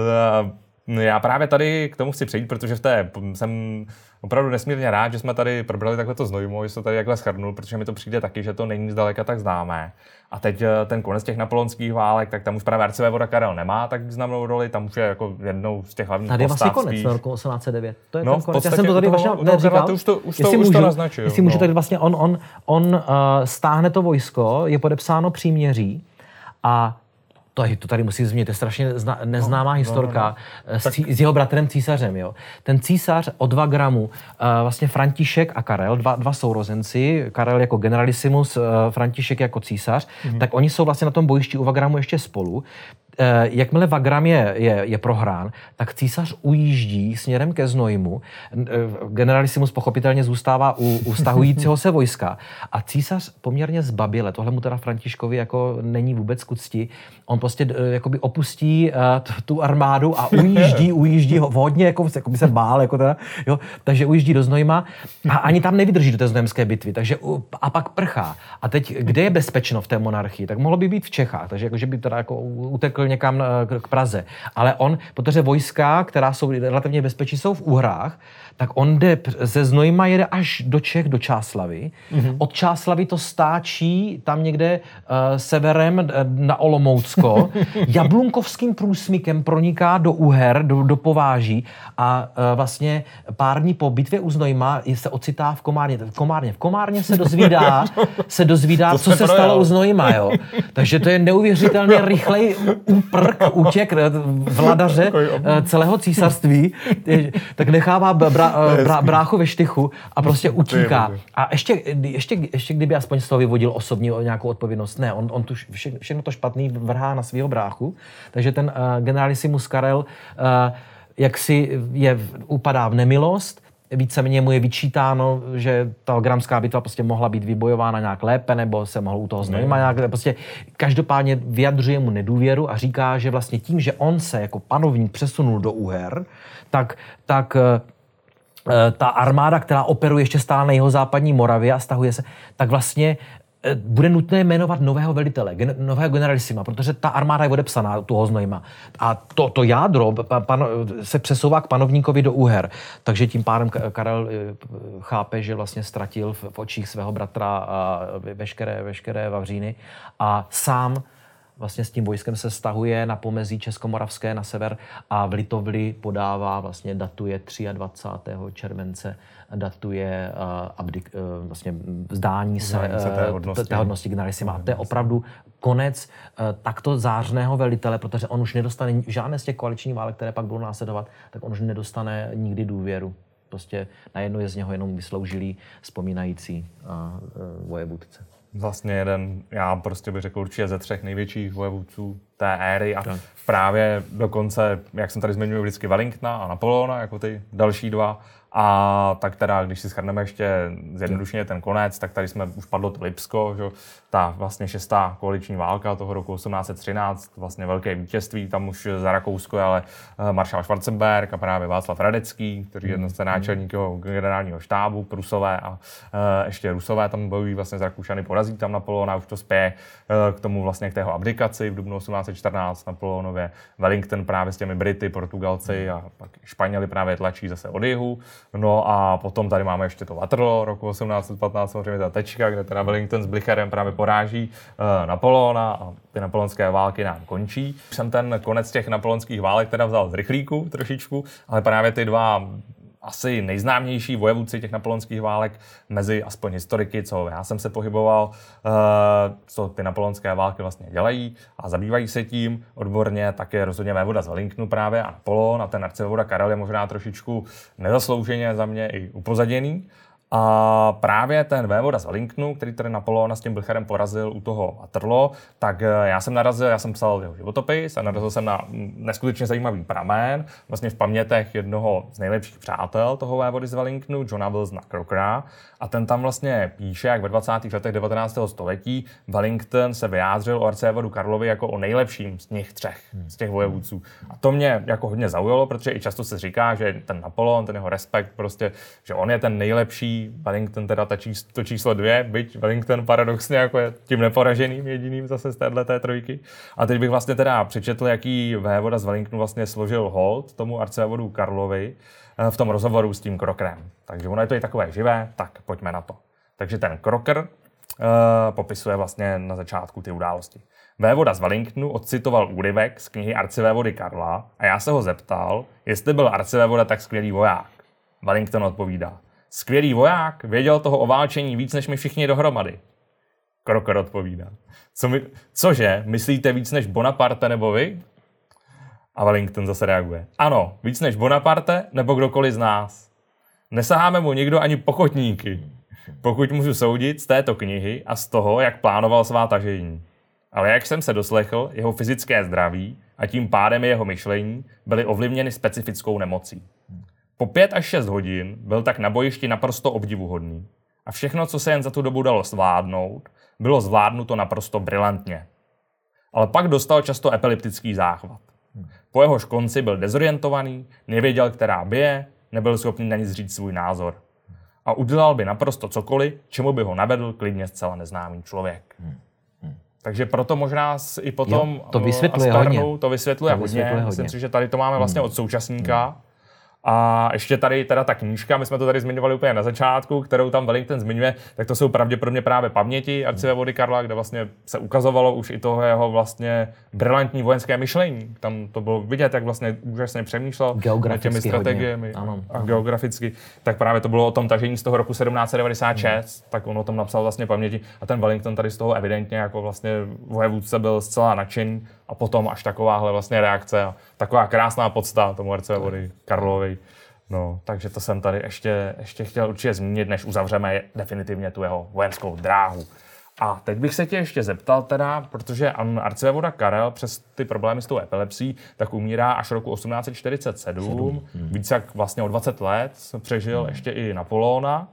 já právě tady k tomu chci přejít, protože v té jsem opravdu nesmírně rád, že jsme tady probrali takhle to Znojmo, že to tady takhle shrnul, protože mi to přijde taky, že to není zdaleka tak známé. A teď ten konec těch napoleonských válek, tak tam už právě arcivévoda Karel nemá tak významnou roli, tam už je jako jednou z těch hlavních postav. Tady je vlastně konec roku osmnáct set devět. To je no, ten konec. Já jsem to tady vlastně neříkal. Už to, už to, už to naznačil. Jestli můžu, tak vlastně on, on, on uh, stáhne to vojsko, je podepsáno příměří a To, to tady musím zmínit, to je strašně zna, neznámá no, historka no, no, no. S, cí, s jeho bratrem císařem. Jo. Ten císař o dva gramu, uh, vlastně František a Karel, dva, dva sourozenci, Karel jako generalissimus, uh, František jako císař, mm-hmm. tak oni jsou vlastně na tom bojišti u Wagramu ještě spolu. Uh, jakmile Wagram je, je, je prohrán, tak císař ujíždí směrem ke Znojmu. Uh, generalissimus pochopitelně zůstává u, u stahujícího se vojska. A císař poměrně zbaběle, tohle mu teda Františkovi jako není vůbec k cti, on prostě uh, jakoby opustí uh, t, tu armádu a ujíždí, ujíždí ho hodně, jako, jako by se bál, jako teda, jo, takže ujíždí do Znojma a ani tam nevydrží do té znojemské bitvy, takže uh, a pak prchá. A teď, kde je bezpečno v té monarchii? Tak mohlo by být v Čechách, takže jako, že by teda jako utekl někam k Praze. Ale on, protože vojska, která jsou relativně bezpečí, jsou v Uhrách, tak on jde ze Znojma, jede až do Čech, do Čáslavy. Mm-hmm. Od Čáslavy to stáčí tam někde uh, severem na Olomoucko. Jablunkovským průsmykem proniká do Uher, do, do Pováží a uh, vlastně pár dní po bitvě u Znojma se ocitá v Komárně. V Komárně, v Komárně se dozvídá, se dozvídá, co se stalo u Znojma. Jo. Takže to je neuvěřitelně rychlej úprk, útěk vladaře celého císařství. Tak nechává bra, bra, bráchu ve štychu a prostě utíká. A ještě, ještě, ještě kdyby aspoň z toho vyvodil osobní nějakou odpovědnost. Ne, on, on tu vše, všechno to špatný vrhá na svého bráchu. Takže ten uh, generalissimus Karel uh, jaksi je, upadá v nemilost. Víceméně mu je vyčítáno, že ta Gramská bitva prostě mohla být vybojována nějak lépe, nebo se mohl u toho Znojma nějak, prostě každopádně vyjadřuje mu nedůvěru a říká, že vlastně tím, že on se jako panovník přesunul do Uher, tak, tak ta armáda, která operuje ještě stále na jihozápadní Moravě a stahuje se, tak vlastně bude nutné jmenovat nového velitele, gen, nového generalisima, protože ta armáda je odepsaná tu Znojma. A to, to jádro pan, se přesouvá k panovníkovi do úher. Takže tím pádem Karel chápe, že vlastně ztratil v, v očích svého bratra veškeré, veškeré vavříny a sám vlastně s tím vojskem se stahuje na pomezí Českomoravské na sever a v Litovli podává, vlastně datuje dvacátého třetího července, datuje uh, abdik, uh, vlastně vzdání se, se té hodnosti, té hodnosti generalisima. To je opravdu konec uh, takto zářného velitele, protože on už nedostane žádné z těch koaličních válek, které pak budou následovat, tak on už nedostane nikdy důvěru. Prostě najednou je z něho jenom vysloužilý, vzpomínající uh, uh, vojevůdce. Vlastně jeden, já prostě bych řekl určitě ze třech největších vojevůdců té éry a tak. Právě dokonce, jak jsem tady zmiňuji vždycky Wellingtona a Napoleona, jako ty další dva. A tak teda, když si shrneme ještě zjednodušeně ten konec, tak tady jsme už padlo to Lipsko, že? Ta vlastně šestá koaliční válka toho roku osmnáct set třináct, vlastně velké vítězství, tam už za Rakousko je ale maršál Schwarzenberg a právě Václav Radecký, který je jeden z náčelníků generálního štábu, Prusové a e, ještě Rusové tam bojují vlastně z Rakušany, porazí tam Napoleona, už to spěje e, k tomu vlastně k tého abdikaci v dubnu osmnáct set čtrnáct Napoleonově. Wellington právě s těmi Brity, Portugalci a pak Španěli právě tlačí zase od jihu. No a potom tady máme ještě to Waterloo roku osmnáct set patnáct, samozřejmě ta tečka, kde teda Wellington s Blücherem právě poráží uh, Napoleona a ty napoleonské války nám končí. Jsem ten konec těch napoleonských válek teda vzal z rychlíku trošičku, ale právě ty dva asi nejznámější vojevůdci těch napoleonských válek mezi aspoň historiky, co já jsem se pohyboval, uh, co ty napoleonské války vlastně dělají a zabývají se tím odborně, tak je rozhodně vévoda z Wellingtonu právě a Napoleon a ten arcivévoda Karel je možná trošičku nezaslouženě za mě i upozaděný. A právě ten vévoda z Wellingtonu, který tady Napoleona s tím Blücherem porazil u toho Waterloo, tak já jsem narazil, já jsem psal jeho životopis a narazil jsem na neskutečně zajímavý pramen, vlastně v pamětech jednoho z nejlepších přátel toho vévody z Wellingtonu, Johna Wilsona Crockera. A ten tam vlastně píše, jak ve dvacátých letech devatenáctého století Wellington se vyjádřil o arcivévodu Karlovi jako o nejlepším z nich třech, z těch vojevůdců. A to mě jako hodně zaujalo, protože i často se říká, že ten Napoleon, ten jeho respekt, prostě, že on je ten nejlepší, Wellington teda ta číslo, to číslo dvě, byť Wellington paradoxně jako je tím neporaženým jediným zase z téhleté trojky. A teď bych vlastně teda přečetl, jaký vévoda z Wellingtonu vlastně složil hold tomu arcivévodu Karlovi v tom rozhovoru s tím Crockerem. Takže ono je to i takové živé, tak pojďme na to. Takže ten Crocker uh, popisuje vlastně na začátku ty události. Vévoda z Wellingtonu odcitoval úryvek z knihy arcivévody Karla a já se ho zeptal, jestli byl arcivévoda tak skvělý voják. Wellington odpovídá: skvělý voják, věděl toho o válčení víc než my všichni dohromady. Crocker odpovídá: Co my, cože, myslíte víc než Bonaparte nebo vy? A Wellington zase reaguje: ano, víc než Bonaparte nebo kdokoliv z nás. Nesaháme mu nikdo ani pochotníky, pokud můžu soudit z této knihy a z toho, jak plánoval svá tažení. Ale jak jsem se doslechl, jeho fyzické zdraví a tím pádem jeho myšlení byly ovlivněny specifickou nemocí. Po pět až šest hodin byl tak na bojišti naprosto obdivuhodný. A všechno, co se jen za tu dobu dalo zvládnout, bylo zvládnuto naprosto brilantně. Ale pak dostal často epileptický záchvat. Po jehož konci byl dezorientovaný, nevěděl, která bije, nebyl schopný na nic říct svůj názor. A udělal by naprosto cokoliv, čemu by ho navedl klidně zcela neznámý člověk. Hmm. Hmm. Takže proto možná i potom jo, to vysvětluje Aspernu, hodně. to vysvětluje, to vysvětluje hodně. Myslím si, že tady to máme vlastně hmm. od současníka. Hmm. A ještě tady teda ta knížka, my jsme to tady zmiňovali úplně na začátku, kterou tam Wellington zmiňuje, tak to jsou pravděpodobně právě paměti arcivévody Karla, kde vlastně se ukazovalo už i toho jeho vlastně brilantní vojenské myšlení. Tam to bylo vidět, jak vlastně úžasně přemýšlel nad těmi strategiemi ano, a ano. geograficky. Tak právě to bylo o tom tažení z toho roku sedmnáct set devadesát šest, hmm. tak on o tom napsal vlastně paměti a ten Wellington tady z toho evidentně jako vlastně vojevůdce byl zcela nadšený a potom až takováhle vlastně reakce a taková krásná podsta tomu arcivévody Karlovi. No, takže to jsem tady ještě, ještě chtěl určitě zmínit, než uzavřeme definitivně tu jeho vojenskou dráhu. A teď bych se tě ještě zeptal teda, protože arcivévoda Karel přes ty problémy s tou epilepsí, tak umírá až roku osmnáct set čtyřicet sedm, hmm. víc jak vlastně o dvacet let přežil hmm. ještě i Napoleona.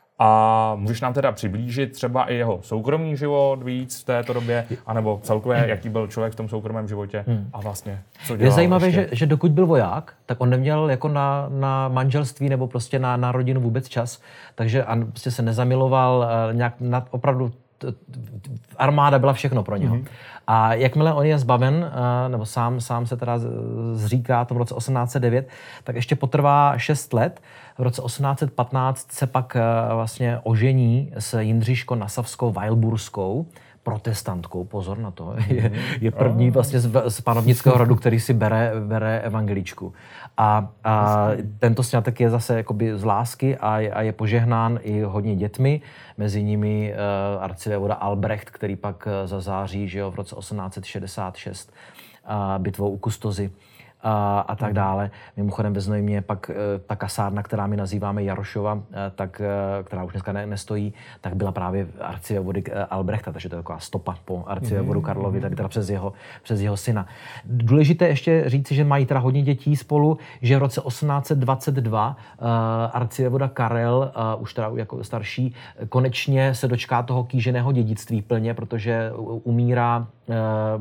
A můžeš nám teda přiblížit třeba i jeho soukromý život víc v této době, anebo celkově, jaký byl člověk v tom soukromém životě hmm. a vlastně co dělal. Je zajímavé, že, že dokud byl voják, tak on neměl jako na, na manželství nebo prostě na, na rodinu vůbec čas, takže on prostě se nezamiloval nějak na, opravdu t, t, armáda byla všechno pro něho. Mm-hmm. A jakmile on je zbaven, nebo sám, sám se teda zříká to v roce osmnáct set devět, tak ještě potrvá šest let. V roce osmnáct set patnáct se pak vlastně ožení s Jindřiško-Nasavskou Weilburskou, protestantkou, pozor na to, je, je první vlastně z, z panovnického rodu, který si bere, bere evangeličku. A, a tento sňatek je zase jakoby z lásky a je, a je požehnán i hodně dětmi, mezi nimi uh, arcivévoda Albrecht, který pak uh, zazáří, že jo, v roce osmnáct set šedesát šest uh, bitvou u Kustozy. A, a tak dále. Mimochodem ve Znojmě pak e, ta kasárna, která my nazýváme Jarošova, e, tak, e, která už dneska ne, nestojí, tak byla právě arcivévody e, Albrechta, takže to je taková stopa po arcivévodu Karlovi, tady teda přes jeho, přes jeho syna. Důležité ještě říci, že mají teda hodně dětí spolu, že v roce osmnáct set dvacet dva e, arcivévoda Karel, e, už teda jako starší, konečně se dočká toho kýženého dědictví plně, protože umírá e,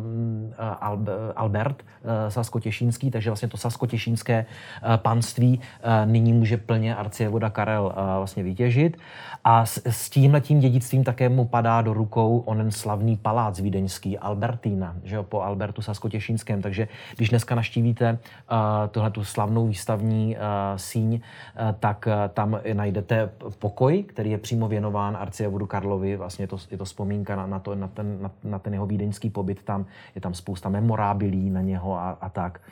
Albert e, Sasko-Těšínský, takže vlastně to sasko-těšínské panství nyní může plně arcivévoda Karel vlastně vytěžit. A s, s tímhletím dědictvím také mu padá do rukou onen slavný palác vídeňský Albertina, že jo, po Albertu Sasko-Těšínském. Takže když dneska navštívíte uh, tuhletu slavnou výstavní uh, síň, uh, tak uh, tam najdete pokoj, který je přímo věnován arcivévodu Karlovi. Vlastně je to, je to vzpomínka na, na, to, na, ten, na, na ten jeho vídeňský pobyt. Tam je tam spousta memorábilí na něho a, a tak.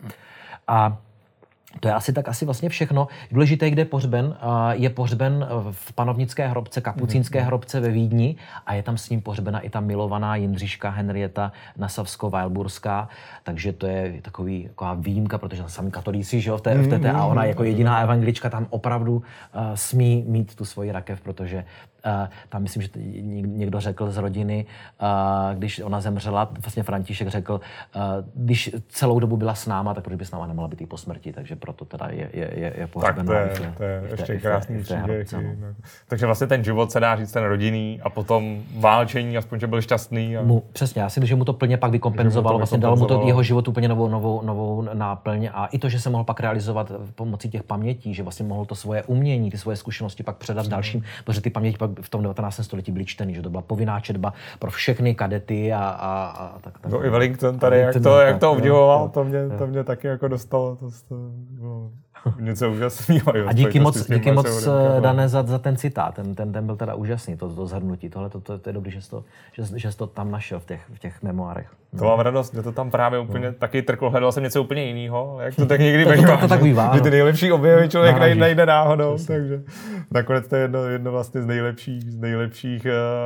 A to je asi tak asi vlastně všechno. Důležité, kde je pohřben, je pohřben v panovnické hrobce, kapucínské hrobce ve Vídni a je tam s ním pohřbena i ta milovaná Jindřiška Henrieta Nasavsko-Weilburská, takže to je takový, taková výjimka, protože tam sami katolíci, že jo, v té, v té, a ona jako jediná evangelička tam opravdu uh, smí mít tu svoji rakev, protože Uh, tam myslím, že někdo řekl z rodiny, uh, když ona zemřela, vlastně František řekl, uh, když celou dobu byla s náma, tak proč by s náma nemohla být i po smrti, takže proto teda je, je, je pohřbená. Tak to je, to je ještě krásný příběh. No. Takže vlastně ten život se dá říct ten rodinný a potom válčení, aspoň, že byl šťastný. A... Mu, přesně, já si myslím, že mu to plně pak vykompenzovalo, vlastně dalo mu to jeho život úplně novou, novou, novou náplň a i to, že se mohl pak realizovat pomocí těch pamětí, že vlastně mohl to svoje umění, ty svoje zkušenosti pak předat mm. dalším, protože ty paměti pak v tom devatenáctém století byly čtený, že to byla povinná četba pro všechny kadety a, a, a tak. tak no i Wellington tady, jak to, jak to obdivoval, to mě, to mě taky jako dostalo. To, to, no, něco úžasného. A díky moc, díky moc Dané za, za ten citát, ten, ten, ten byl teda úžasný, to, to zhrnutí. Tohle to, to, to je dobrý, že jsi to, že, že jsi to tam našel v těch, v těch memoárech. No. To mám radost, že to tam právě úplně no. taky trklo, hledal jsem něco úplně jiného, jak to tak někdy bývá, to, to, to bývá, že ty nejlepší objevy člověk no, najde náhodou, přesně. Takže nakonec to je jedno, jedno vlastně z nejlepších, z nejlepších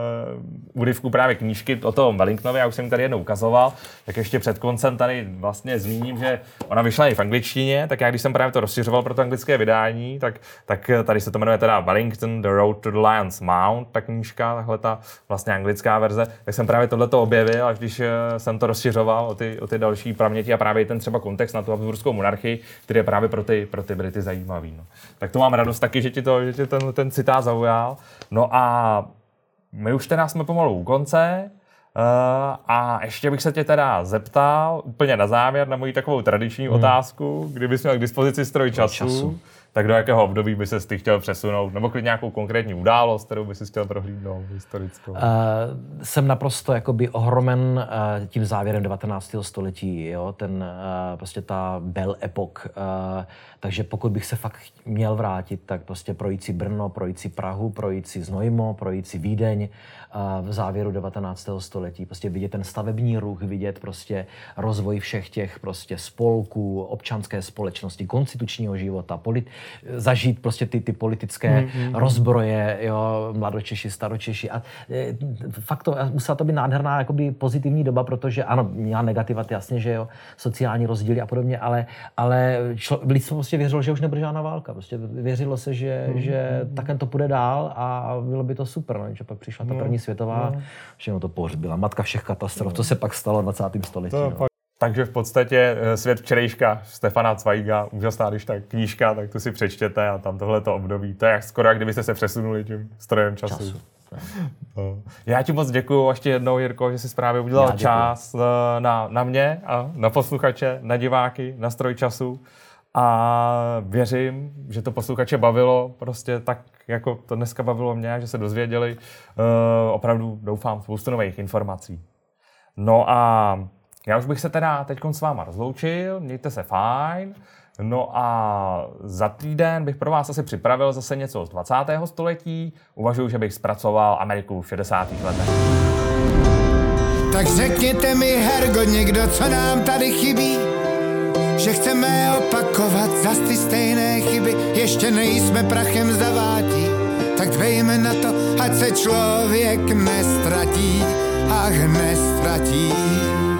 uh, úryvků právě knížky o tom Wellingtonovi, já už jsem tady jednou ukazoval, tak ještě před koncem tady vlastně zmíním, že ona vyšla i v angličtině, tak já když jsem právě to rozšiřoval pro to anglické vydání, tak, tak tady se to jmenuje teda Wellington, The Road to the Lion's Mount, ta knížka, tahle ta vlastně anglická verze, tak jsem právě tohleto objevil, až když jsem to rozšiřoval o ty, o ty další paměti a právě ten třeba kontext na tu habsburskou monarchii, který je právě pro ty, pro ty Brity zajímavý. No. Tak to mám radost taky, že ti, to, že ti ten, ten citát zaujal. No a my už teda jsme pomalu u konce. Uh, a ještě bych se tě teda zeptal úplně na závěr na moji takovou tradiční hmm. otázku, kdybys měl k dispozici stroj času, času, tak do jakého období by ses ty chtěl přesunout, nebo klidně nějakou konkrétní událost, kterou by si chtěl prohlídnout historickou? Uh, jsem naprosto jakoby ohromen uh, tím závěrem devatenáctého století, jo? Ten uh, prostě ta Belle Epoque. Uh, takže pokud bych se fakt měl vrátit, tak prostě projít si Brno, projít si Prahu, projít si Znojmo, projít si Vídeň uh, v závěru devatenáctého století. Prostě vidět ten stavební ruch, vidět prostě rozvoj všech těch prostě spolků, občanské společnosti, konstitučního života, polit, zažít prostě ty, ty politické mm-hmm. rozbroje, jo, mladočeši, staročeši. A e, fakt to, musela to být nádherná jakoby pozitivní doba, protože ano, měla negativat jasně, že jo, sociální rozdíly a podobně, ale, ale člo, lidstvo prostě věřilo, že už nebude žádná válka. Prostě věřilo se, že, mm-hmm. že takhle to půjde dál a bylo by to super. No, že pak přišla ta první světová, no. Všechno to pohřbila. Matka všech katastrof. No. Co se pak stalo v dvacátém století. No. Pak... Takže v podstatě Svět včerejška Stefana Zweiga, úžasná, když ta knížka, tak to si přečtěte a tam tohleto období. To je jak skoro, jak kdybyste se přesunuli tím strojem času. času. No. Já ti moc děkuju ještě jednou, Jirko, že jsi právě udělal čas na, na mě a na posluchače, na diváky, na stroj času. A věřím, že to posluchače bavilo, prostě tak, jako to dneska bavilo mě, že se dozvěděli. Uh, opravdu doufám spoustu nových informací. No a já už bych se teda teď s váma rozloučil, mějte se fajn. No a za týden bych pro vás asi připravil zase něco z dvacátého století. Uvažuji, že bych zpracoval Ameriku v šedesátých letech. Tak řekněte mi, Hergo, někdo, co nám tady chybí, že chceme opakovat zas ty stejné chyby, ještě nejsme prachem zavátí, tak dbejme na to, ať se člověk nestratí, ach nestratí.